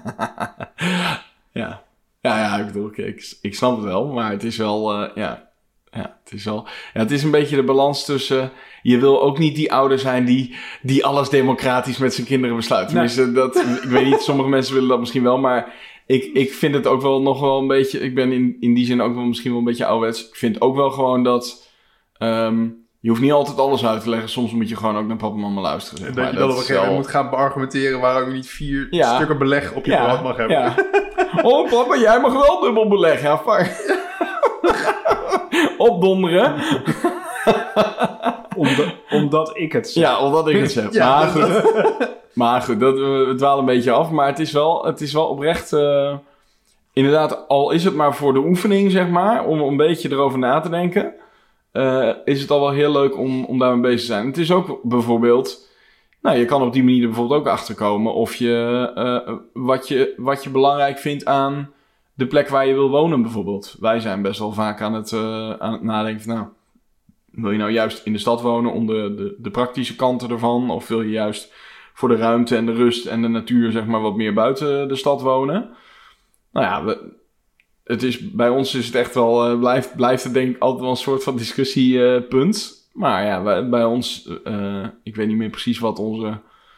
Speaker 1: Ja. Ja, ja, ik bedoel, ik, ik, ik snap het wel, maar het is wel, uh, ja, ja, het is wel, ja, het is een beetje de balans tussen, je wil ook niet die ouder zijn die, die alles democratisch met zijn kinderen besluit. Tenminste, dat, ik weet niet, sommige mensen willen dat misschien wel, maar ik, ik vind het ook wel nog wel een beetje, ik ben in, in die zin ook wel misschien wel een beetje ouderwets. Ik vind ook wel gewoon dat, um, je hoeft niet altijd alles uit te leggen. Soms moet je gewoon ook naar papa en mama luisteren. Zeg
Speaker 2: En
Speaker 1: maar.
Speaker 2: dat je dan op een
Speaker 1: is
Speaker 2: gegeven moment
Speaker 1: wel-
Speaker 2: moet gaan beargumenteren waarom je niet vier
Speaker 1: Ja.
Speaker 2: stukken beleg op je brood mag hebben.
Speaker 1: Ja. Oh papa, jij mag wel dubbel beleg. Ja, fuck. Opdonderen.
Speaker 3: Omdat, omdat ik het zeg.
Speaker 1: Ja, omdat ik het zeg.
Speaker 2: Ja,
Speaker 1: maar goed, maar goed dat, we dwalen een beetje af. Maar het is wel, het is wel oprecht... Uh, inderdaad, al is het maar voor de oefening, zeg maar... om een beetje erover na te denken... Uh, is het al wel heel leuk om, om daarmee bezig te zijn. Het is ook bijvoorbeeld... Nou, je kan op die manier er bijvoorbeeld ook achterkomen... of je, uh, wat je wat je belangrijk vindt aan de plek waar je wil wonen bijvoorbeeld. Wij zijn best wel vaak aan het, uh, aan het nadenken van... nou, wil je nou juist in de stad wonen om de, de, de praktische kanten ervan... of wil je juist voor de ruimte en de rust en de natuur... zeg maar wat meer buiten de stad wonen? Nou ja, we... Het is, bij ons is het echt wel, uh, blijft, blijft het denk ik altijd wel een soort van discussiepunt. Uh, maar ja, bij, bij ons, uh, ik weet niet meer precies wat onze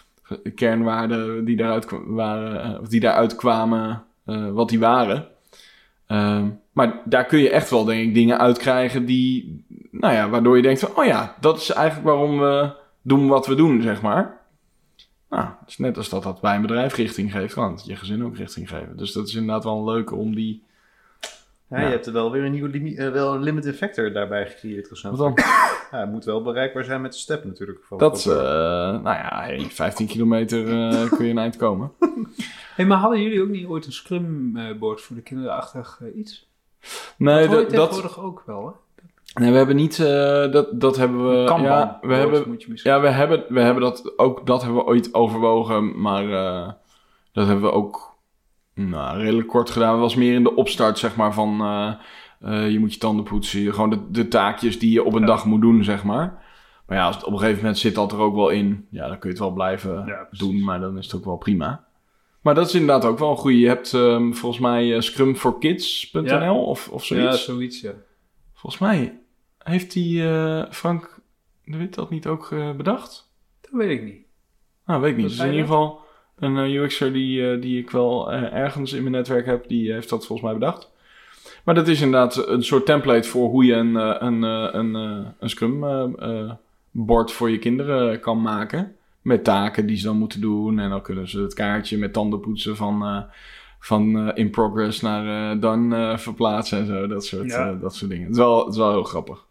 Speaker 1: kernwaarden die daaruit waren, uh, of die daaruit kwamen, uh, wat die waren. Uh, maar daar kun je echt wel denk ik dingen uitkrijgen die, nou ja, waardoor je denkt van, oh ja, dat is eigenlijk waarom we doen wat we doen, zeg maar. Nou, het is net als dat dat bij een bedrijf richting geeft, kan het je gezin ook richting geven. Dus dat is inderdaad wel een leuke om die...
Speaker 2: Ja, ja, je hebt er wel weer een nieuwe limi- uh, wel een limited factor daarbij gecreëerd. Of zo.
Speaker 1: Wat dan?
Speaker 2: Ja, het moet wel bereikbaar zijn met de step natuurlijk.
Speaker 1: Dat, uh, nou ja, hey, vijftien kilometer uh, kun je een eind komen.
Speaker 3: Hey, maar hadden jullie ook niet ooit een scrumboard voor de kinderachtig uh, iets?
Speaker 1: Nee,
Speaker 3: dat...
Speaker 1: dat...
Speaker 3: tegenwoordig ook wel, hè?
Speaker 1: Nee, we hebben niet... Uh, dat, dat hebben we...
Speaker 3: Kanban,
Speaker 1: ja, we hebben,
Speaker 3: moet je misschien...
Speaker 1: ja, we hebben, we hebben dat ook... Dat hebben we ooit overwogen, maar uh, dat hebben we ook... Nou, redelijk kort gedaan. Het was meer in de opstart, zeg maar, van... Uh, uh, je moet je tanden poetsen. Gewoon de, de taakjes die je op een ja. dag moet doen, zeg maar. Maar ja, als het op een gegeven moment zit dat er ook wel in. Ja, dan kun je het wel blijven ja, doen, maar dan is het ook wel prima. Maar dat is inderdaad ook wel een goede. Je hebt um, volgens mij uh, scrum for kids punt n l ja. of, of zoiets.
Speaker 3: Ja, zoiets, ja.
Speaker 1: Volgens mij heeft die uh, Frank de Wit dat niet ook uh, bedacht?
Speaker 3: Dat weet ik niet.
Speaker 1: Nou, weet ik niet. Dus in ieder geval... Een uh, U X'er die, uh, die ik wel uh, ergens in mijn netwerk heb, die heeft dat volgens mij bedacht. Maar dat is inderdaad een soort template voor hoe je een, uh, een, uh, een, uh, een Scrum uh, uh, bord voor je kinderen kan maken. Met taken die ze dan moeten doen. En dan kunnen ze het kaartje met tandenpoetsen van, uh, van uh, in progress naar uh, done uh, verplaatsen en zo. Dat soort, ja. uh, dat soort dingen. Het is wel, het is wel heel grappig.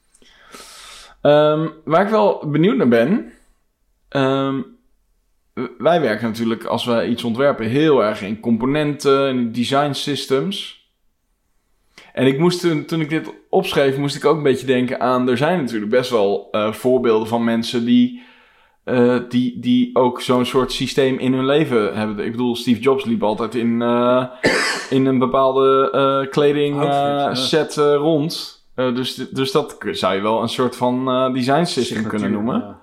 Speaker 1: Um, waar ik wel benieuwd naar ben... Um, Wij werken natuurlijk, als we iets ontwerpen, heel erg in componenten en design systems. En ik moest toen, toen ik dit opschreef, moest ik ook een beetje denken aan... Er zijn natuurlijk best wel uh, voorbeelden van mensen die, uh, die, die ook zo'n soort systeem in hun leven hebben. Ik bedoel, Steve Jobs liep altijd in, uh, in een bepaalde uh, kleding uh, ja. set uh, rond. Uh, dus, dus dat zou je wel een soort van uh, design system kunnen noemen. Ja.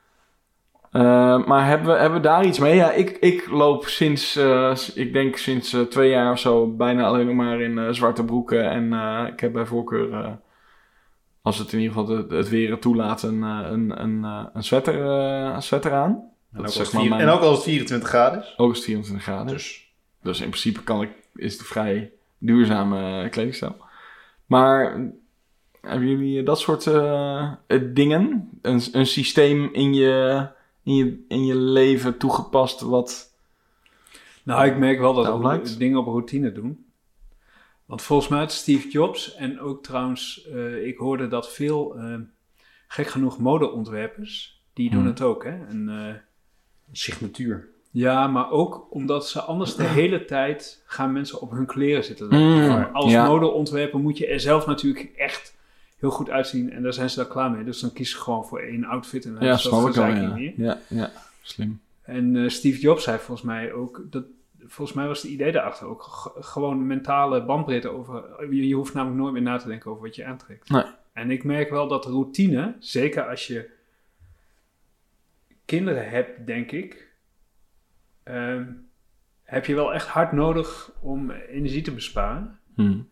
Speaker 1: Uh, maar hebben we, hebben we daar iets mee? Ja, ik, ik loop sinds, uh, ik denk sinds uh, twee jaar of zo bijna alleen nog maar in uh, zwarte broeken. En uh, ik heb bij voorkeur, uh, als het in ieder geval het, het weer toelaat, een, een, een, een, sweater, uh, een sweater aan.
Speaker 2: En ook, zeg maar mijn... en ook als het vierentwintig graden is?
Speaker 1: Ook als het vierentwintig graden is. Dus, dus in principe kan ik, is het een vrij duurzame kledingstijl. Maar hebben jullie dat soort uh, dingen? Een, een systeem in je... In je, in je leven toegepast wat...
Speaker 3: Nou, ik merk wel dat we dingen op routine doen. Want volgens mij had Steve Jobs en ook trouwens... Uh, ik hoorde dat veel, uh, gek genoeg, modeontwerpers... die doen hmm. het ook, hè. Een uh, signatuur. Ja, maar ook omdat ze anders de hele tijd... gaan mensen op hun kleren zitten. Mm, Als ja. modeontwerper moet je er zelf natuurlijk echt... heel goed uitzien en daar zijn ze dan klaar mee. Dus dan kiezen ze gewoon voor één outfit en dan
Speaker 1: ja,
Speaker 3: is dat
Speaker 1: snap ik al, ja.
Speaker 3: niet meer.
Speaker 1: Ja, ja, slim.
Speaker 3: En uh, Steve Jobs zei volgens mij ook, dat, volgens mij was het idee daarachter ook g- gewoon mentale bandbreedte over, je, je hoeft namelijk nooit meer na te denken over wat je aantrekt.
Speaker 1: Nee.
Speaker 3: En ik merk wel dat routine, zeker als je kinderen hebt, denk ik, um, heb je wel echt hard nodig om energie te besparen.
Speaker 1: Hmm.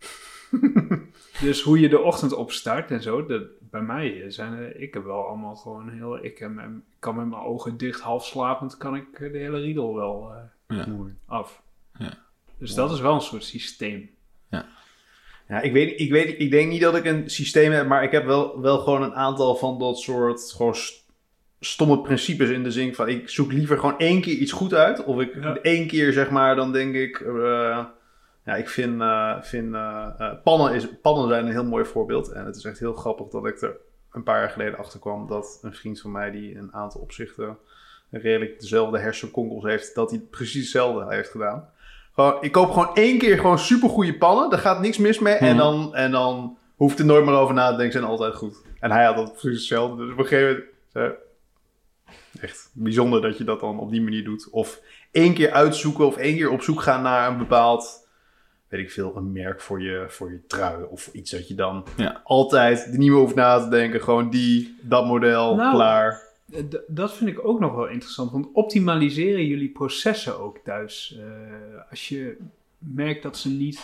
Speaker 3: Dus hoe je de ochtend opstart en zo, dat, bij mij zijn er, ik heb wel allemaal gewoon heel, ik heb, kan met mijn ogen dicht, half slapend, kan ik de hele riedel wel uh,
Speaker 1: ja.
Speaker 3: af.
Speaker 1: Ja.
Speaker 3: Dus dat is wel een soort systeem.
Speaker 2: Ja, ja ik, weet, ik, weet, ik denk niet dat ik een systeem heb, maar ik heb wel, wel gewoon een aantal van dat soort gewoon stomme principes in de zin van, ik zoek liever gewoon één keer iets goed uit, of ik ja. één keer zeg maar, dan denk ik... Uh, Ja, ik vind, uh, vind uh, uh, pannen, is, pannen zijn een heel mooi voorbeeld. En het is echt heel grappig dat ik er een paar jaar geleden achterkwam dat een vriend van mij die een aantal opzichten redelijk dezelfde hersenkonkels heeft, dat hij precies hetzelfde heeft gedaan. Gewoon, ik koop gewoon één keer gewoon supergoeie pannen, daar gaat niks mis mee, hmm. en, dan, en dan hoef ik er nooit meer over na te denken, zijn altijd goed. En hij had dat precies hetzelfde, dus op een gegeven moment, uh, echt bijzonder dat je dat dan op die manier doet. Of één keer uitzoeken of één keer op zoek gaan naar een bepaald, weet ik veel, een merk voor je, voor je trui. Of iets dat je dan ja. altijd er niet meer hoeft na te denken. Gewoon die, dat model, nou, klaar.
Speaker 3: D- dat vind ik ook nog wel interessant. Want optimaliseren jullie processen ook thuis? Uh, als je merkt dat ze niet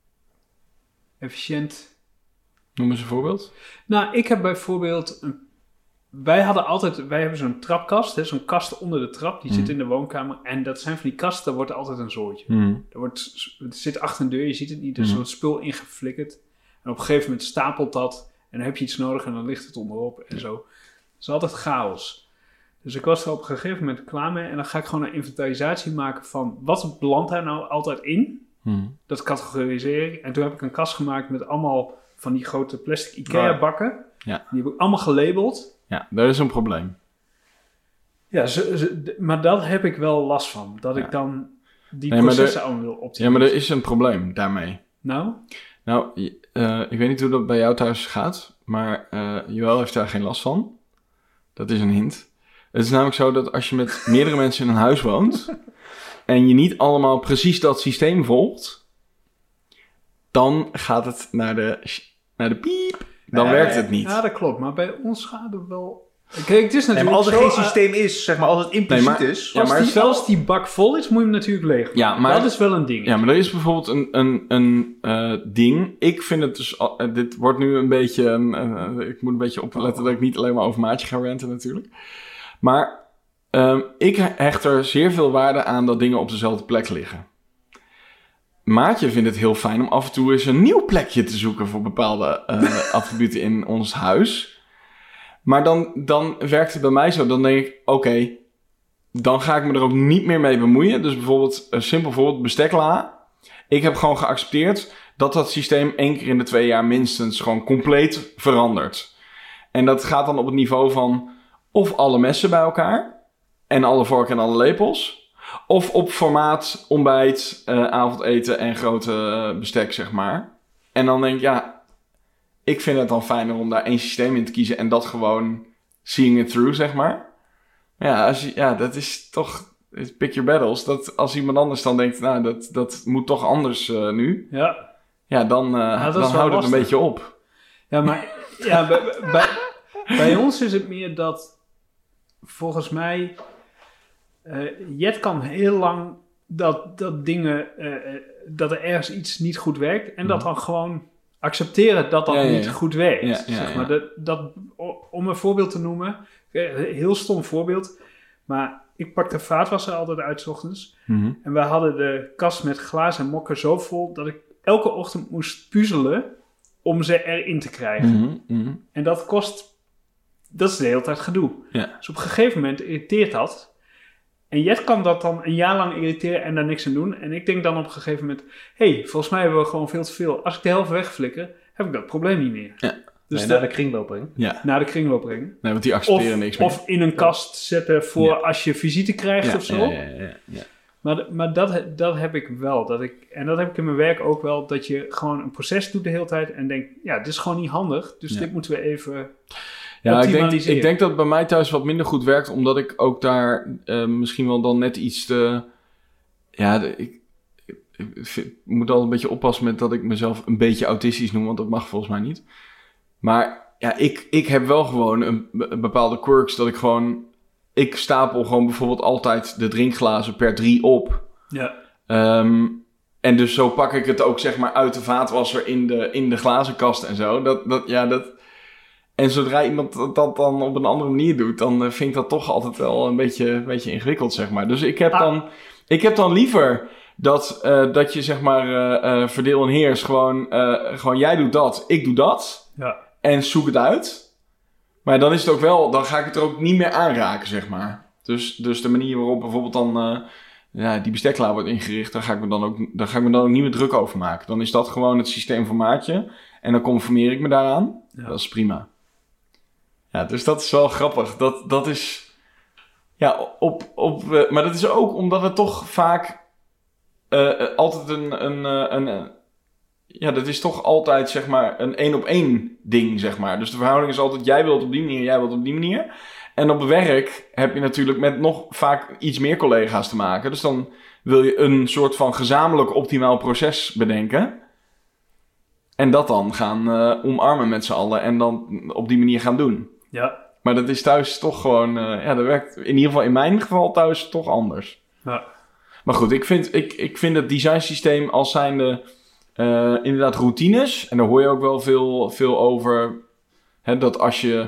Speaker 3: efficiënt...
Speaker 1: Noem eens een voorbeeld.
Speaker 3: Nou, ik heb bijvoorbeeld... Een Wij hadden altijd, wij hebben zo'n trapkast, hè, zo'n kast onder de trap, die mm. zit in de woonkamer. En dat zijn van die kasten, daar wordt altijd een zooitje. Mm. Er, wordt, er zit achter een deur, je ziet het niet, er is mm. wat spul ingeflikkerd. En op een gegeven moment stapelt dat en dan heb je iets nodig en dan ligt het onderop en zo. Het is altijd chaos. Dus ik was er op een gegeven moment klaar mee en dan ga ik gewoon een inventarisatie maken van wat belandt daar nou altijd in. Mm. Dat categoriseer ik. En toen heb ik een kast gemaakt met allemaal van die grote plastic IKEA-bakken. Ja. Die heb ik allemaal gelabeld.
Speaker 1: Ja, dat is een probleem.
Speaker 3: Ja, ze, ze, maar daar heb ik wel last van. Dat ja. ik dan die nee, processen aan wil optimaliseren.
Speaker 1: Ja, maar er is een probleem daarmee.
Speaker 3: Nou?
Speaker 1: Nou, uh, ik weet niet hoe dat bij jou thuis gaat. Maar uh, Joël heeft daar geen last van. Dat is een hint. Het is namelijk zo dat als je met meerdere mensen in een huis woont... en je niet allemaal precies dat systeem volgt... dan gaat het naar de, naar de piep... Dan nee, werkt het niet.
Speaker 3: Ja, dat klopt. Maar bij ons gaat het wel... Kijk, het is natuurlijk
Speaker 2: nee, maar als er
Speaker 3: zo,
Speaker 2: geen systeem is, zeg maar, als het impliciet
Speaker 1: nee, maar,
Speaker 2: is...
Speaker 1: Ja,
Speaker 3: als,
Speaker 1: maar
Speaker 3: die,
Speaker 1: stel,
Speaker 3: als die bak vol is, moet je hem natuurlijk leeg.
Speaker 1: Ja, maar,
Speaker 3: dat is wel een ding.
Speaker 1: Ja, maar er is bijvoorbeeld een, een, een uh, ding. Ik vind het dus... Uh, dit wordt nu een beetje... Een, uh, ik moet een beetje opletten dat ik niet alleen maar over Maatje ga ranten natuurlijk. Maar uh, ik hecht er zeer veel waarde aan dat dingen op dezelfde plek liggen. Maatje vindt het heel fijn om af en toe eens een nieuw plekje te zoeken voor bepaalde uh, attributen in ons huis. Maar dan, dan werkt het bij mij zo. Dan denk ik, oké, okay, dan ga ik me er ook niet meer mee bemoeien. Dus bijvoorbeeld, een simpel voorbeeld, bestekla. Ik heb gewoon geaccepteerd dat dat systeem één keer in de twee jaar minstens gewoon compleet verandert. En dat gaat dan op het niveau van of alle messen bij elkaar en alle vorken en alle lepels... Of op formaat ontbijt, uh, avondeten en grote uh, bestek, zeg maar. En dan denk ik, ja, ik vind het dan fijner om daar één systeem in te kiezen en dat gewoon seeing it through, zeg maar. Maar ja, als je, ja, dat is toch, pick your battles. Dat als iemand anders dan denkt, nou, dat, dat moet toch anders uh, nu.
Speaker 3: Ja.
Speaker 1: Ja, dan, uh, ja, dan houdt het een beetje op.
Speaker 3: Ja, maar ja, bij, bij, bij ons is het meer dat, volgens mij... Uh, Jet kan heel lang dat, dat dingen, uh, dat er ergens iets niet goed werkt en mm. dat dan gewoon accepteren dat dat ja, ja, ja. niet goed werkt. Ja, ja, zeg maar. ja. dat, dat, om een voorbeeld te noemen, heel stom voorbeeld, maar ik pak de vaatwasser altijd uit 's ochtends mm-hmm. en we hadden de kast met glazen en mokken zo vol dat ik elke ochtend moest puzzelen om ze erin te krijgen. Mm-hmm. Mm-hmm. En dat kost, dat is de hele tijd gedoe. Ja. Dus op een gegeven moment irriteert dat. En Jet kan dat dan een jaar lang irriteren en daar niks aan doen. En ik denk dan op een gegeven moment... hé, hey, volgens mij hebben we gewoon veel te veel. Als ik de helft wegflikker, heb ik dat probleem niet meer.
Speaker 2: Ja. Dus nee, de, naar de kringloop brengen.
Speaker 3: Ja. Naar de kringloop brengen.
Speaker 1: Nee, want die accepteren
Speaker 3: of,
Speaker 1: niks meer.
Speaker 3: Of in een kast zetten voor ja. als je visite krijgt
Speaker 1: ja,
Speaker 3: of zo.
Speaker 1: Ja, ja, ja, ja.
Speaker 3: Maar, maar dat, dat heb ik wel. Dat ik, en dat heb ik in mijn werk ook wel. Dat je gewoon een proces doet de hele tijd. En denkt, ja, dit is gewoon niet handig. Dus ja. dit moeten we even...
Speaker 1: Ja, ik denk, ik denk dat het bij mij thuis wat minder goed werkt, omdat ik ook daar uh, misschien wel dan net iets te... Ja, de, ik, ik, ik moet altijd een beetje oppassen met dat ik mezelf een beetje autistisch noem, want dat mag volgens mij niet. Maar ja, ik, ik heb wel gewoon een, een bepaalde quirks dat ik gewoon... Ik stapel gewoon bijvoorbeeld altijd de drinkglazen per drie op.
Speaker 3: Ja.
Speaker 1: Um, en dus zo pak ik het ook zeg maar uit de vaatwasser in de, in de glazenkast en zo. Dat, dat, ja, dat... En zodra iemand dat dan op een andere manier doet, dan vind ik dat toch altijd wel een beetje, een beetje ingewikkeld, zeg maar. Dus ik heb, ah. dan, ik heb dan liever dat, uh, dat je, zeg maar, uh, uh, verdeel en heers. Gewoon, uh, gewoon jij doet dat, ik doe dat.
Speaker 3: Ja.
Speaker 1: En zoek het uit. Maar dan is het ook wel, dan ga ik het er ook niet meer aanraken, zeg maar. Dus, dus de manier waarop bijvoorbeeld dan uh, ja, die bestekla wordt ingericht, daar ga, ik me dan ook, daar ga ik me dan ook niet meer druk over maken. Dan is dat gewoon het systeem van Maatje. En dan conformeer ik me daaraan. Ja. Dat is prima. Ja, dus dat is wel grappig. Dat, dat is... Ja, op... op uh, maar dat is ook omdat het toch vaak... Uh, uh, altijd een... een, uh, een uh, ja, dat is toch altijd, zeg maar, een één-op-één ding, zeg maar. Dus de verhouding is altijd, jij wilt op die manier, jij wilt op die manier. En op werk heb je natuurlijk met nog vaak iets meer collega's te maken. Dus dan wil je een soort van gezamenlijk optimaal proces bedenken. En dat dan gaan uh, omarmen met z'n allen en dan op die manier gaan doen.
Speaker 3: Ja.
Speaker 1: Maar dat is thuis toch gewoon... Uh, ja, dat werkt in ieder geval in mijn geval thuis toch anders.
Speaker 3: Ja.
Speaker 1: Maar goed, ik vind, ik, ik vind het designsysteem als zijnde uh, inderdaad routines. En daar hoor je ook wel veel, veel over. Hè, dat als je...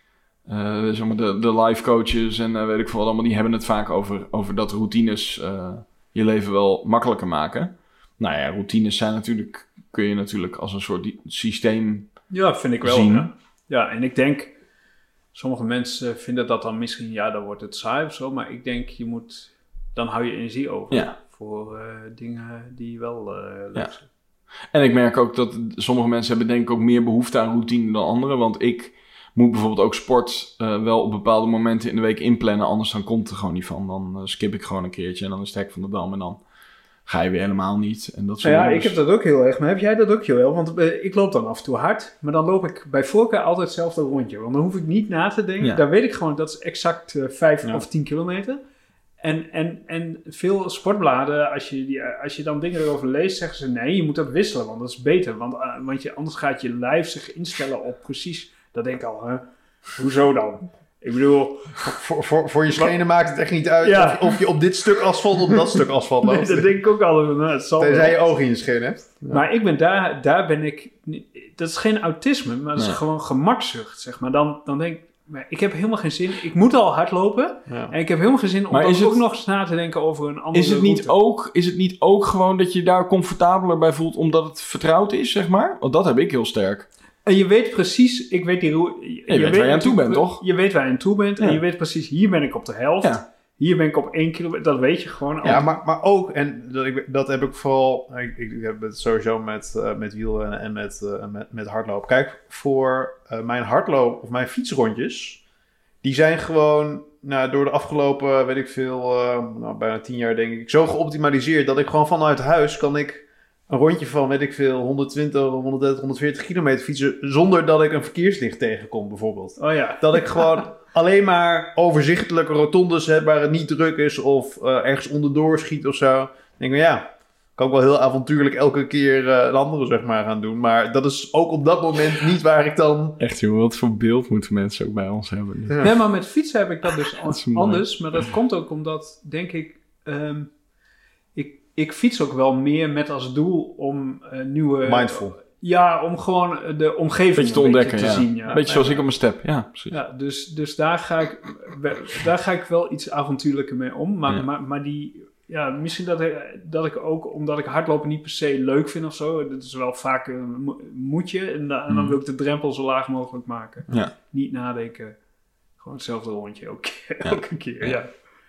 Speaker 1: Uh, zeg maar de, de life coaches en uh, weet ik veel wat allemaal... die hebben het vaak over, over dat routines uh, je leven wel makkelijker maken. Nou ja, routines zijn natuurlijk... kun je natuurlijk als een soort systeem
Speaker 3: Ja, vind ik wel.
Speaker 1: zien.
Speaker 3: Ja. ja, en ik denk... Sommige mensen vinden dat dan misschien... Ja, dan wordt het saai of zo. Maar ik denk, je moet... Dan hou je energie over.
Speaker 1: Ja.
Speaker 3: Voor uh, dingen die wel uh, leuk
Speaker 1: Ja.
Speaker 3: zijn.
Speaker 1: En ik merk ook dat sommige mensen hebben denk ik ook meer behoefte aan routine dan anderen. Want ik moet bijvoorbeeld ook sport uh, wel op bepaalde momenten in de week inplannen. Anders dan komt het er gewoon niet van. Dan uh, skip ik gewoon een keertje en dan is het hek van de dam. En dan ga je weer helemaal niet. En dat soort
Speaker 3: Nou ja,
Speaker 1: dingen.
Speaker 3: ik heb dat ook heel erg. Maar heb jij dat ook, Joël? Want uh, ik loop dan af en toe hard. Maar dan loop ik bij voorkeur altijd hetzelfde rondje. Want dan hoef ik niet na te denken.
Speaker 1: Ja.
Speaker 3: Dan weet ik gewoon, dat is exact uh, vijf
Speaker 1: Ja.
Speaker 3: of tien kilometer. En, en, en veel sportbladen, als je, die, als je dan dingen erover leest, zeggen ze nee, je moet dat wisselen, want dat is beter. Want, uh, want je, anders gaat je lijf zich instellen op precies. Dat denk ik al, hè? Hoezo dan? Ik bedoel...
Speaker 2: Voor, voor, voor je schenen maakt het echt niet uit
Speaker 3: Ja.
Speaker 2: of, je, of je op dit stuk asfalt of op dat stuk asfalt
Speaker 3: Nee,
Speaker 2: loopt.
Speaker 3: dat denk ik ook al. Nou, het zal
Speaker 2: Tenzij
Speaker 3: wel.
Speaker 2: je ogen in je schenen hebt. Ja.
Speaker 3: Maar ik ben daar, daar ben ik... Dat is geen autisme, maar dat is
Speaker 1: Nee.
Speaker 3: gewoon gemakzucht, zeg maar. Dan, dan denk ik, maar ik heb helemaal geen zin. Ik moet al hardlopen.
Speaker 2: Ja.
Speaker 3: En ik heb helemaal geen zin om
Speaker 1: Maar
Speaker 3: dan
Speaker 1: is het-
Speaker 3: ook nog eens na te denken over een andere
Speaker 1: Is het, niet
Speaker 3: route.
Speaker 1: ook, is het niet ook gewoon dat je daar comfortabeler bij voelt omdat het vertrouwd is, zeg maar? Want dat heb ik heel sterk.
Speaker 3: En je weet precies, ik weet die route. Je,
Speaker 1: weet waar je aan toe bent, toch?
Speaker 3: Je weet waar je aan toe bent. En
Speaker 1: Ja.
Speaker 3: je weet precies, hier ben ik op de helft.
Speaker 1: Ja.
Speaker 3: Hier ben ik op één kilometer. Dat weet je gewoon.
Speaker 2: Ja,
Speaker 3: al.
Speaker 2: maar, maar ook, en dat, ik, dat heb ik vooral, ik, ik heb het sowieso met, uh, met wielrennen en met, uh, met, met hardlopen. Kijk, voor uh, mijn hardloop of mijn fietsrondjes, die zijn gewoon nou, door de afgelopen, weet ik veel, uh, nou, bijna tien jaar denk ik, zo geoptimaliseerd dat ik gewoon vanuit huis kan ik een rondje van, weet ik veel, honderdtwintig, honderddertig, honderdveertig kilometer fietsen zonder dat ik een verkeerslicht tegenkom bijvoorbeeld.
Speaker 3: Oh ja.
Speaker 2: Dat ik gewoon alleen maar overzichtelijke rotondes heb waar het niet druk is of uh, ergens onderdoor schiet of zo. Dan denk ik, ja, kan ik wel heel avontuurlijk elke keer uh, een andere zeg maar gaan doen. Maar dat is ook op dat moment niet waar ik dan...
Speaker 1: Echt joh, wat voor beeld moeten mensen ook bij ons hebben.
Speaker 2: Ja.
Speaker 3: Nee, maar met fietsen heb ik dat dus
Speaker 1: Dat is mooi.
Speaker 3: anders. Maar dat komt ook omdat, denk ik, um, ik, ik fiets ook wel meer met als doel om uh, nieuwe...
Speaker 2: Mindful.
Speaker 3: Ja, om gewoon de omgeving
Speaker 1: Beetje te
Speaker 3: een
Speaker 1: ontdekken,
Speaker 3: beetje te
Speaker 1: ja.
Speaker 3: zien. Ja.
Speaker 1: Beetje zoals ik op mijn step, ja, precies.
Speaker 3: Ja, dus, dus daar, ga ik, daar ga ik wel iets avontuurlijker mee om. Maar,
Speaker 1: Ja.
Speaker 3: maar, maar die... Ja, misschien dat ik, dat ik ook, omdat ik hardlopen niet per se leuk vind of zo. Dat is wel vaak een mo- moedje. En, da- en dan
Speaker 1: Mm.
Speaker 3: wil ik de drempel zo laag mogelijk maken.
Speaker 1: Ja.
Speaker 3: Niet nadenken. Gewoon hetzelfde rondje elke, keer,
Speaker 1: Ja.
Speaker 3: elke keer.
Speaker 1: Ja.
Speaker 3: Ja.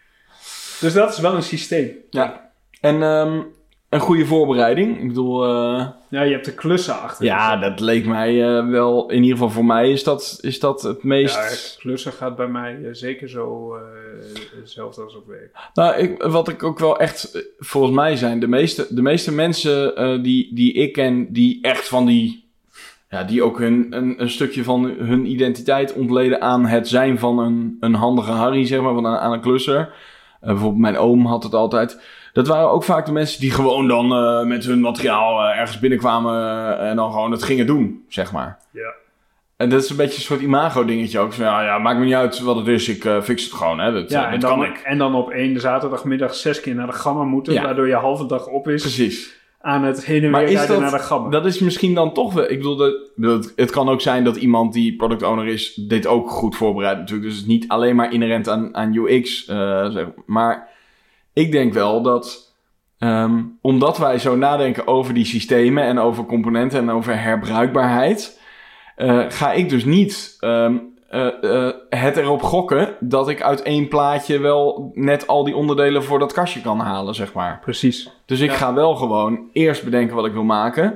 Speaker 3: Dus dat is wel een systeem.
Speaker 1: Ja. En um, een goede voorbereiding. Ik bedoel, uh,
Speaker 3: Ja, je hebt de klussen achter.
Speaker 1: ja, dat leek mij uh, wel, in ieder geval voor mij is dat, is dat het meest...
Speaker 3: Ja, klussen gaat bij mij uh, zeker zo uh, hetzelfde als op werk.
Speaker 1: Nou, ik, wat ik ook wel echt, volgens mij zijn de meeste, de meeste mensen uh, die, die ik ken, die echt van die, ja, die ook hun, een, een stukje van hun identiteit ontleden aan het zijn van een, een handige Harry, zeg maar, van een, aan een klusser. Uh, bijvoorbeeld mijn oom had het altijd. Dat waren ook vaak de mensen die gewoon dan uh, met hun materiaal uh, ergens binnenkwamen uh, en dan gewoon het gingen doen, zeg maar.
Speaker 3: Ja.
Speaker 1: En dat is een beetje een soort imago-dingetje ook. Zo, ja, ja, maakt me niet uit wat het is, ik uh, fix het gewoon, hè. Dat,
Speaker 3: Ja,
Speaker 1: uh,
Speaker 3: en
Speaker 1: dat
Speaker 3: dan,
Speaker 1: kan ik.
Speaker 3: en dan op één zaterdagmiddag zes keer naar de gamma moeten,
Speaker 1: Ja.
Speaker 3: waardoor je halve dag op is
Speaker 1: Precies.
Speaker 3: aan het heen en
Speaker 1: Maar
Speaker 3: weer
Speaker 1: is
Speaker 3: rijden
Speaker 1: dat-
Speaker 3: naar de gamma.
Speaker 1: Dat is misschien dan toch wel... Ik bedoel, dat, ik bedoel, het- het kan ook zijn dat iemand die product owner is... dit ook goed voorbereidt natuurlijk. Dus het is niet alleen maar inherent aan, aan U X. Uh, zeg. Maar ik denk wel dat... Um, omdat wij zo nadenken over die systemen... en over componenten en over herbruikbaarheid... Uh, ga ik dus niet... Um, Uh, uh, het erop gokken dat ik uit één plaatje wel net al die onderdelen voor dat kastje kan halen, zeg maar.
Speaker 3: Precies.
Speaker 1: Dus ik
Speaker 3: Ja.
Speaker 1: ga wel gewoon eerst bedenken wat ik wil maken.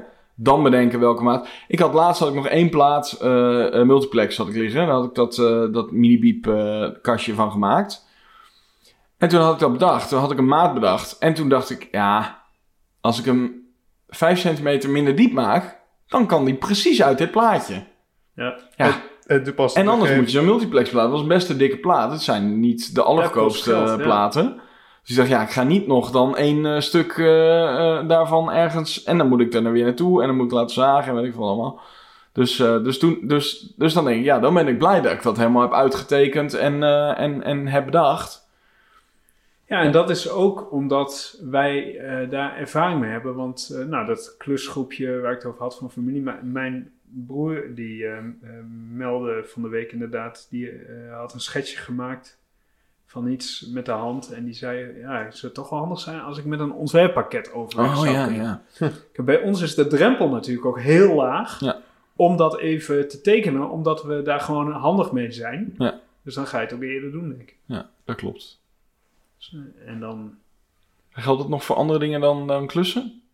Speaker 1: dan bedenken welke maat. Ik had laatst had ik nog één plaat uh, uh, multiplex had ik liggen. Daar had ik dat, uh, dat mini-beep uh, kastje van gemaakt. En toen had ik dat bedacht. Toen had ik een maat bedacht. En toen dacht ik, ja, als ik hem vijf centimeter minder diep maak, dan kan die precies uit dit plaatje.
Speaker 3: Ja.
Speaker 1: Ja.
Speaker 2: En, en,
Speaker 1: en anders moet je zo'n multiplex plaat. Dat was best een dikke plaat. Het zijn niet de allergoedkoopste
Speaker 3: ja, geld,
Speaker 1: platen.
Speaker 3: Ja.
Speaker 1: Dus ik dacht, ja, ik ga niet nog dan één uh, stuk uh, uh, daarvan ergens... En dan moet ik er weer naartoe en dan moet ik laten zagen en weet ik veel allemaal. Dus, uh, dus, toen, dus, dus dan denk ik, ja, dan ben ik blij dat ik dat helemaal heb uitgetekend en, uh, en, en heb bedacht.
Speaker 3: Ja, en dat is ook omdat wij uh, daar ervaring mee hebben. Want uh, nou, dat klusgroepje waar ik het over had van familie... M- mijn broer, die uh, uh, meldde van de week inderdaad... die uh, had een schetsje gemaakt... van iets met de hand. En die zei, ja, het zou toch wel handig zijn als ik met een ontwerppakket overweg
Speaker 1: Oh
Speaker 3: zou
Speaker 1: ja,
Speaker 3: kunnen.
Speaker 1: ja.
Speaker 3: Bij ons is de drempel natuurlijk ook heel laag.
Speaker 1: Ja.
Speaker 3: Om dat even te tekenen. Omdat we daar gewoon handig mee zijn.
Speaker 1: Ja.
Speaker 3: Dus dan ga je het ook eerder doen, denk ik.
Speaker 1: Ja, dat klopt.
Speaker 3: Dus, uh, en dan...
Speaker 1: Geldt het nog voor andere dingen dan, dan klussen?